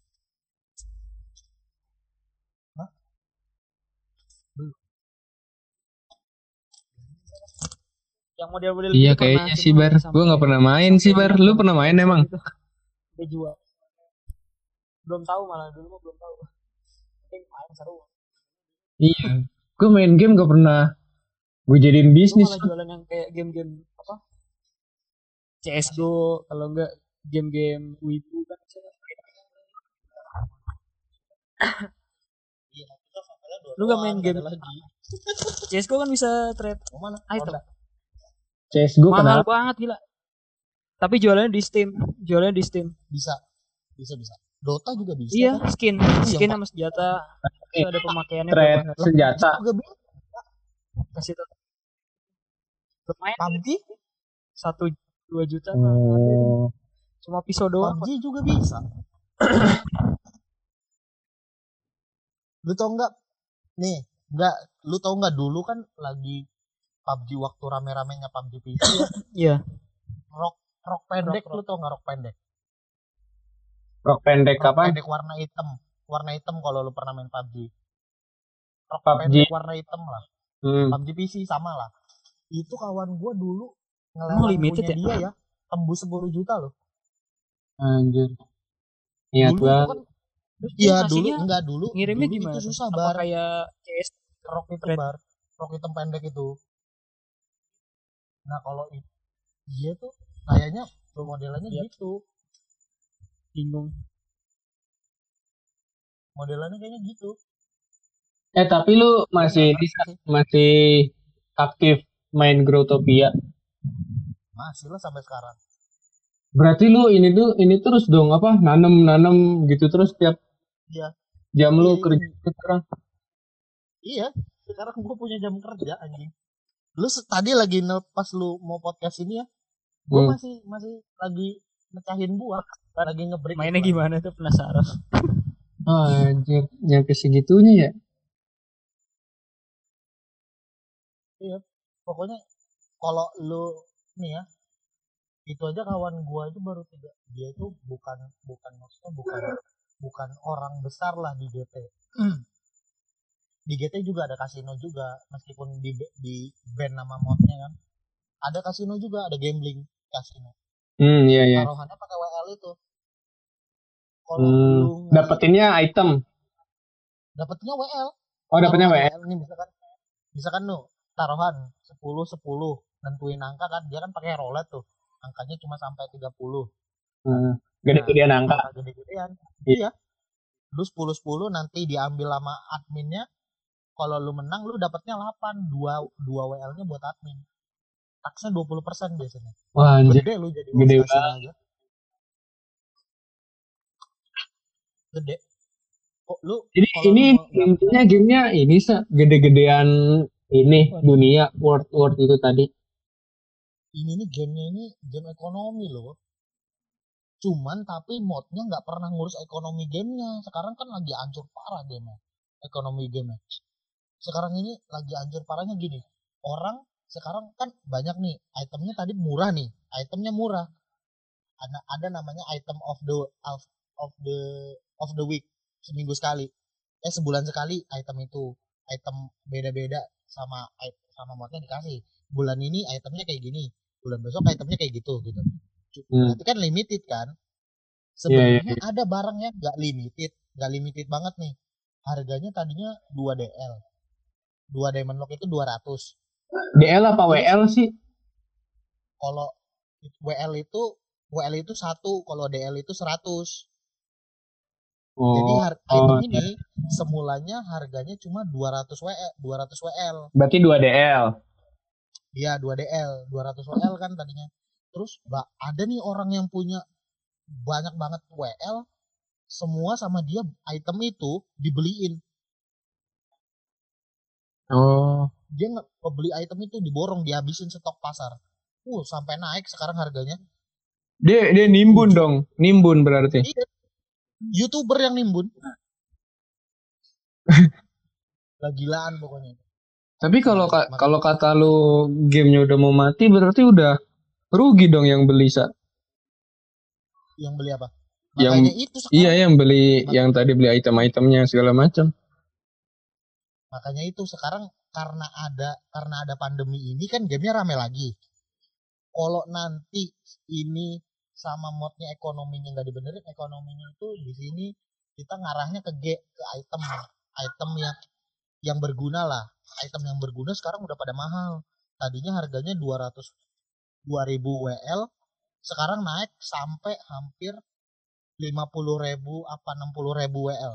Hah? Yang model-model iya gitu kayaknya sih Bar. Gue nggak pernah main sih Bar. Lu pernah main emang? Udah jual. Belum tahu malah dulu belum tahu. Tapi main seru. Iya, gue main game gak pernah gue jadiin bisnis. Malah jualan yang kayak game-game apa? CS:GO, kalau enggak game-game Wibu kan. Lu gak main game lagi? CS:GO kan bisa trade item. CS:GO mahal banget gila. Tapi jualannya di Steam. Bisa. Dota juga bisa. Iya, kan? skin sama senjata. Itu ada pemakaiannya. Trade senjata. Kasih tuh. Lumayan. PUBG 1-2 juta. Oh. Cuma pisau doang. PUBG juga bisa. Lu tau nggak? Lu tau nggak dulu kan lagi PUBG waktu rame-ramenya PUBG PC ya? Iya. Rok pendek, lu tau nggak rok pendek? Rok pendek apa? Pendek warna hitam kalau lu pernah main PUBG. Rok PUBG. pendek warna hitam lah. PUBG PC sama lah. Itu kawan gua dulu ngelelang punya dia ya, tembus 10 juta loh. Anjir. Iya gua. Kan, iya dulu. Ngirimnya dulu gimana? Itu susah bar. Kayak CS rok itu bar. Rok hitam pendek itu. Nah kalau dia tuh kayaknya modelannya gitu. Bingung. Modelannya kayaknya gitu. Tapi lu masih aktif main Growtopia? Masih lah sampai sekarang. Berarti lu ini terus dong apa nanam gitu terus tiap jam lu kerja sekarang? Iya, sekarang gua punya jam kerja anjing. Lu tadi lagi pas lu mau podcast ini ya, gua masih lagi mecahin buah, lagi nge-break. Mainnya gimana tuh penasaran. Oh, anjir, nyampe segitunya ya? Iya, pokoknya kalau lu nih ya, itu aja kawan gua itu baru 3. Dia itu bukan maksudnya bukan orang besar lah di GT. Di GT juga ada kasino juga, meskipun di ban nama modnya kan. Ada kasino juga, ada gambling kasino. Iya. Taruhannya pakai WL itu. Kalau dapetinnya item. Dapatnya WL. Oh, dapatnya WL. Ini misalkan lu taruhan 10 nentuin angka kan, dia kan pakai roulette tuh, angkanya cuma sampai 30. Gede-gedean angka. Gede-gedean. Iya. Lu 10 nanti diambil sama adminnya. Kalau lu menang lu dapatnya 8, 2 WL-nya buat admin. Taksnya 20% biasanya. Wah, anjir. Gede lu jadi Gede host kasino aja. Gede. Kok lu Jadi kalau ini lu mau intinya gamenya ini gede-gedean ini dunia world itu tadi. ini nih gamenya ini game ekonomi loh. Cuman tapi modnya nggak pernah ngurus ekonomi gamenya. Sekarang kan lagi hancur parah gamenya. Ekonomi gamenya. Sekarang ini lagi hancur parahnya gini. Orang sekarang kan banyak nih itemnya tadi murah nih. Itemnya murah. Ada namanya item of the week, seminggu sekali. Sebulan sekali item itu. Item beda-beda sama modnya dikasih. Bulan ini itemnya kayak gini. Bulan besok itemnya kayak gitu. Berarti kan limited kan. Sebenarnya ada barang yang nggak limited banget nih. Harganya tadinya 2 DL. 2 Diamond Lock itu 200. DL apa WL sih? Kalau WL itu 1, kalau DL itu 100. Jadi item ini semulanya harganya cuma 200 WL. Berarti 2 DL. Iya, 2 DL, 200 WL kan tadinya. Terus ada nih orang yang punya banyak banget WL, semua sama dia item itu dibeliin. Dia beli item itu diborong, dihabisin stok pasar. Sampai naik sekarang harganya. Dia nimbun dong, nimbun berarti. Iya. YouTuber yang nimbun. Gilaan pokoknya. Tapi kalau kata lu gamenya udah mau mati, berarti udah rugi dong yang beli Yang beli apa? Makanya itu sekarang. Iya, yang beli yang tadi beli item-itemnya segala macam. Makanya itu sekarang karena ada pandemi ini kan gamenya rame lagi. Kalau nanti ini sama modnya ekonominya nggak dibenerin, ekonominya itu di sini kita ngarahnya ke item yang berguna lah. Item yang berguna sekarang udah pada mahal. Tadinya harganya 2.000 WL, sekarang naik sampai hampir 50.000 apa 60.000 WL.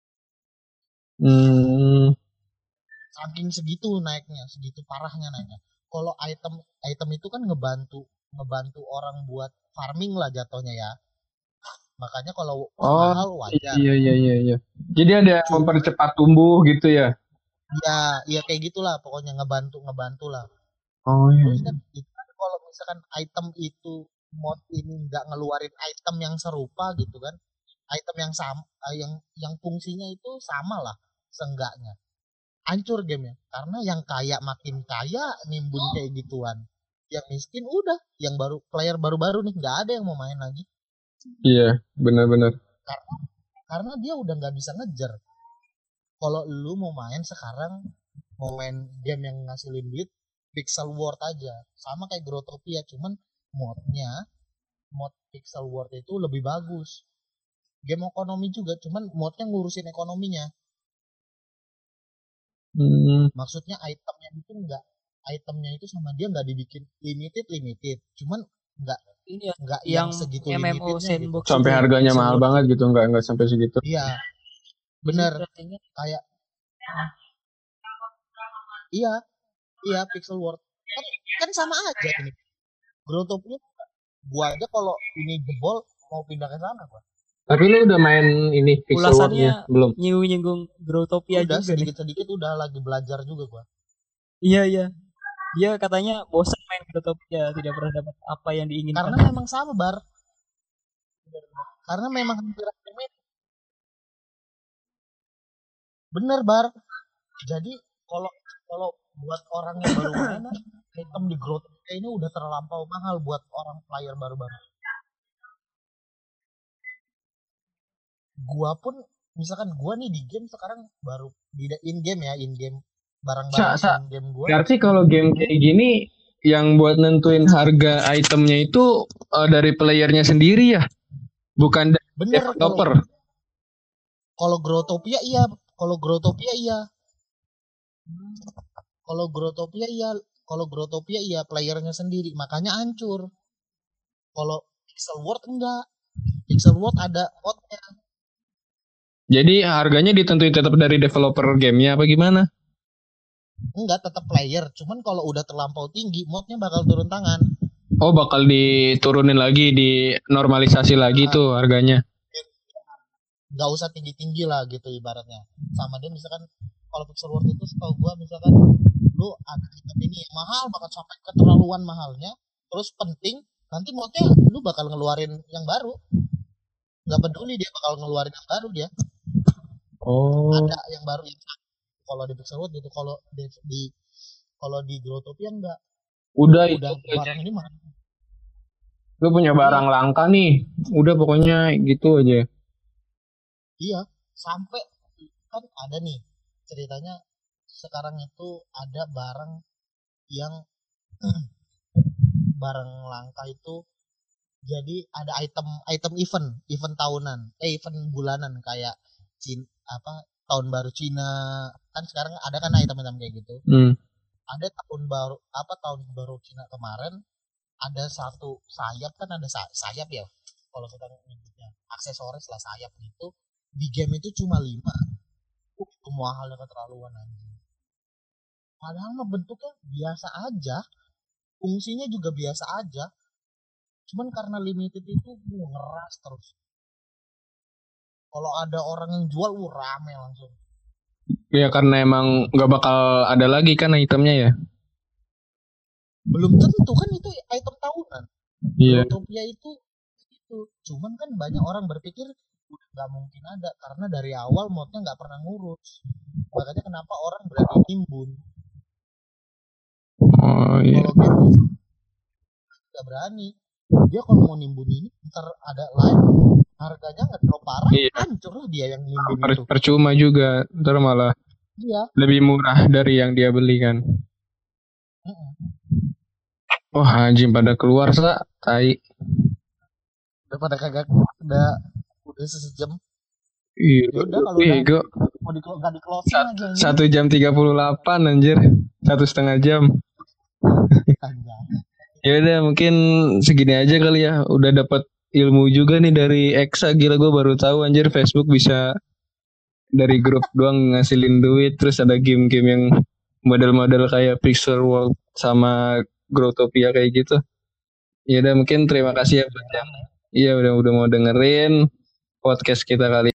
Saking segitu naiknya, segitu parahnya naiknya. Kalau item itu kan ngebantu orang buat farming lah jatuhnya ya. Makanya kalau mahal wajar. Iya. Jadi ada mempercepat tumbuh gitu ya. Iya kayak gitulah pokoknya ngebantu lah. Iya. Terus kan kalau misalkan item itu mod ini nggak ngeluarin item yang serupa gitu kan, item yang sama, yang fungsinya itu sama lah seenggaknya, hancur gamenya. Karena yang kaya makin kaya nimbun kayak gituan, yang miskin udah, yang player baru-baru nih nggak ada yang mau main lagi. Iya, benar-benar. Karena dia udah nggak bisa ngejar. Kalau lu mau main sekarang, mau main game yang ngasilin duit, Pixel World aja, sama kayak Growtopia, cuman mod Pixel World itu lebih bagus. Game ekonomi juga, cuman modnya ngurusin ekonominya. Maksudnya itemnya itu sama dia nggak dibikin limited, cuman nggak yang segitu MMO limitednya gitu. Sampai harganya mahal banget gitu, nggak sampai segitu. Iya, bener. Kayak iya Pixel World kan sama aja ini. Growtopia gua aja kalau ini jebol mau pindah ke sana gua. Tapi lu udah main ini Pixel World-nya belum? Nyinggung Growtopia udah, juga sedikit-sedikit udah lagi belajar juga gua. Iya. Dia katanya bosan main Growtopia, tidak pernah dapat apa yang diinginkan. Karena memang sama, Bar. Karena memang hampir mirip. Bener, Bar. Jadi kalau buat orang yang baru main, item di Growtopia ini udah terlampau mahal buat orang player baru-baru. Gua pun misalkan gua nih di game sekarang baru di in game barang-barang in game gua. Berarti kalau game kayak gini yang buat nentuin harga itemnya itu dari playernya sendiri ya, bukan dari developer. Kalau Growtopia iya. Kalau Growtopia iya playernya sendiri, makanya hancur. Kalau Pixel World enggak. Pixel World ada modnya. Jadi harganya ditentuin tetap dari developer gamenya apa gimana? Enggak, tetap player. Cuman kalau udah terlampau tinggi, modnya bakal turun tangan. Oh, bakal diturunin lagi, dinormalisasi lagi tuh harganya. Nggak usah tinggi-tinggi lah gitu ibaratnya. Sama dia misalkan kalau Pixel World itu setahu gua misalkan lu ada item ini yang mahal banget sampai keterlaluan mahalnya, terus penting, nanti modnya lu bakal ngeluarin yang baru. Nggak peduli dia bakal ngeluarin yang baru dia. Oh. Ada yang baru yang kalau di Pixel World gitu, kalau di Growtopia enggak. Udah Barang ini mahal. Gue punya barang langka nih. Udah pokoknya gitu aja. Iya, sampai kan ada nih ceritanya sekarang itu ada barang yang barang langka itu jadi ada item event tahunan, event bulanan kayak tahun baru Cina kan sekarang ada kan item-item kayak gitu. Ada tahun baru Cina kemarin ada satu sayap kan ada sayap ya kalau kita nyebutnya aksesoris lah sayap gitu di game itu cuma 5. Itu mahalnya keterlaluan anjing. Padahal mah bentuknya biasa aja, fungsinya juga biasa aja. Cuman karena limited itu ngeras terus. Kalau ada orang yang jual, rame langsung. Ya karena emang nggak bakal ada lagi kan itemnya ya. Belum tentu kan itu item tahunan. Iya. Growtopia itu. Cuman kan banyak orang berpikir udah nggak mungkin ada karena dari awal modnya nggak pernah ngurus. Makanya kenapa orang berani nimbun. Oh iya. Kalau game nggak berani. Dia kalau mau nimbun ini ntar ada live harganya nggak drop parah, hancur lah dia yang nimbun itu. Percuma juga, ntar malah lebih murah dari yang dia beli kan. Wah anjing pada keluar tai. Udah pada kagak udah sejam. Iya. Udah kalau udah mau di closing aja. 1 jam 38 anjir. 1,5 jam. Ya udah mungkin segini aja kali ya. Udah dapat ilmu juga nih dari Exa. Gila gue baru tahu anjir Facebook bisa dari grup doang ngasilin duit. Terus ada game-game yang model-model kayak Pixel World sama Growtopia kayak gitu. Ya udah mungkin terima kasih ya buat yang udah mau dengerin podcast kita kali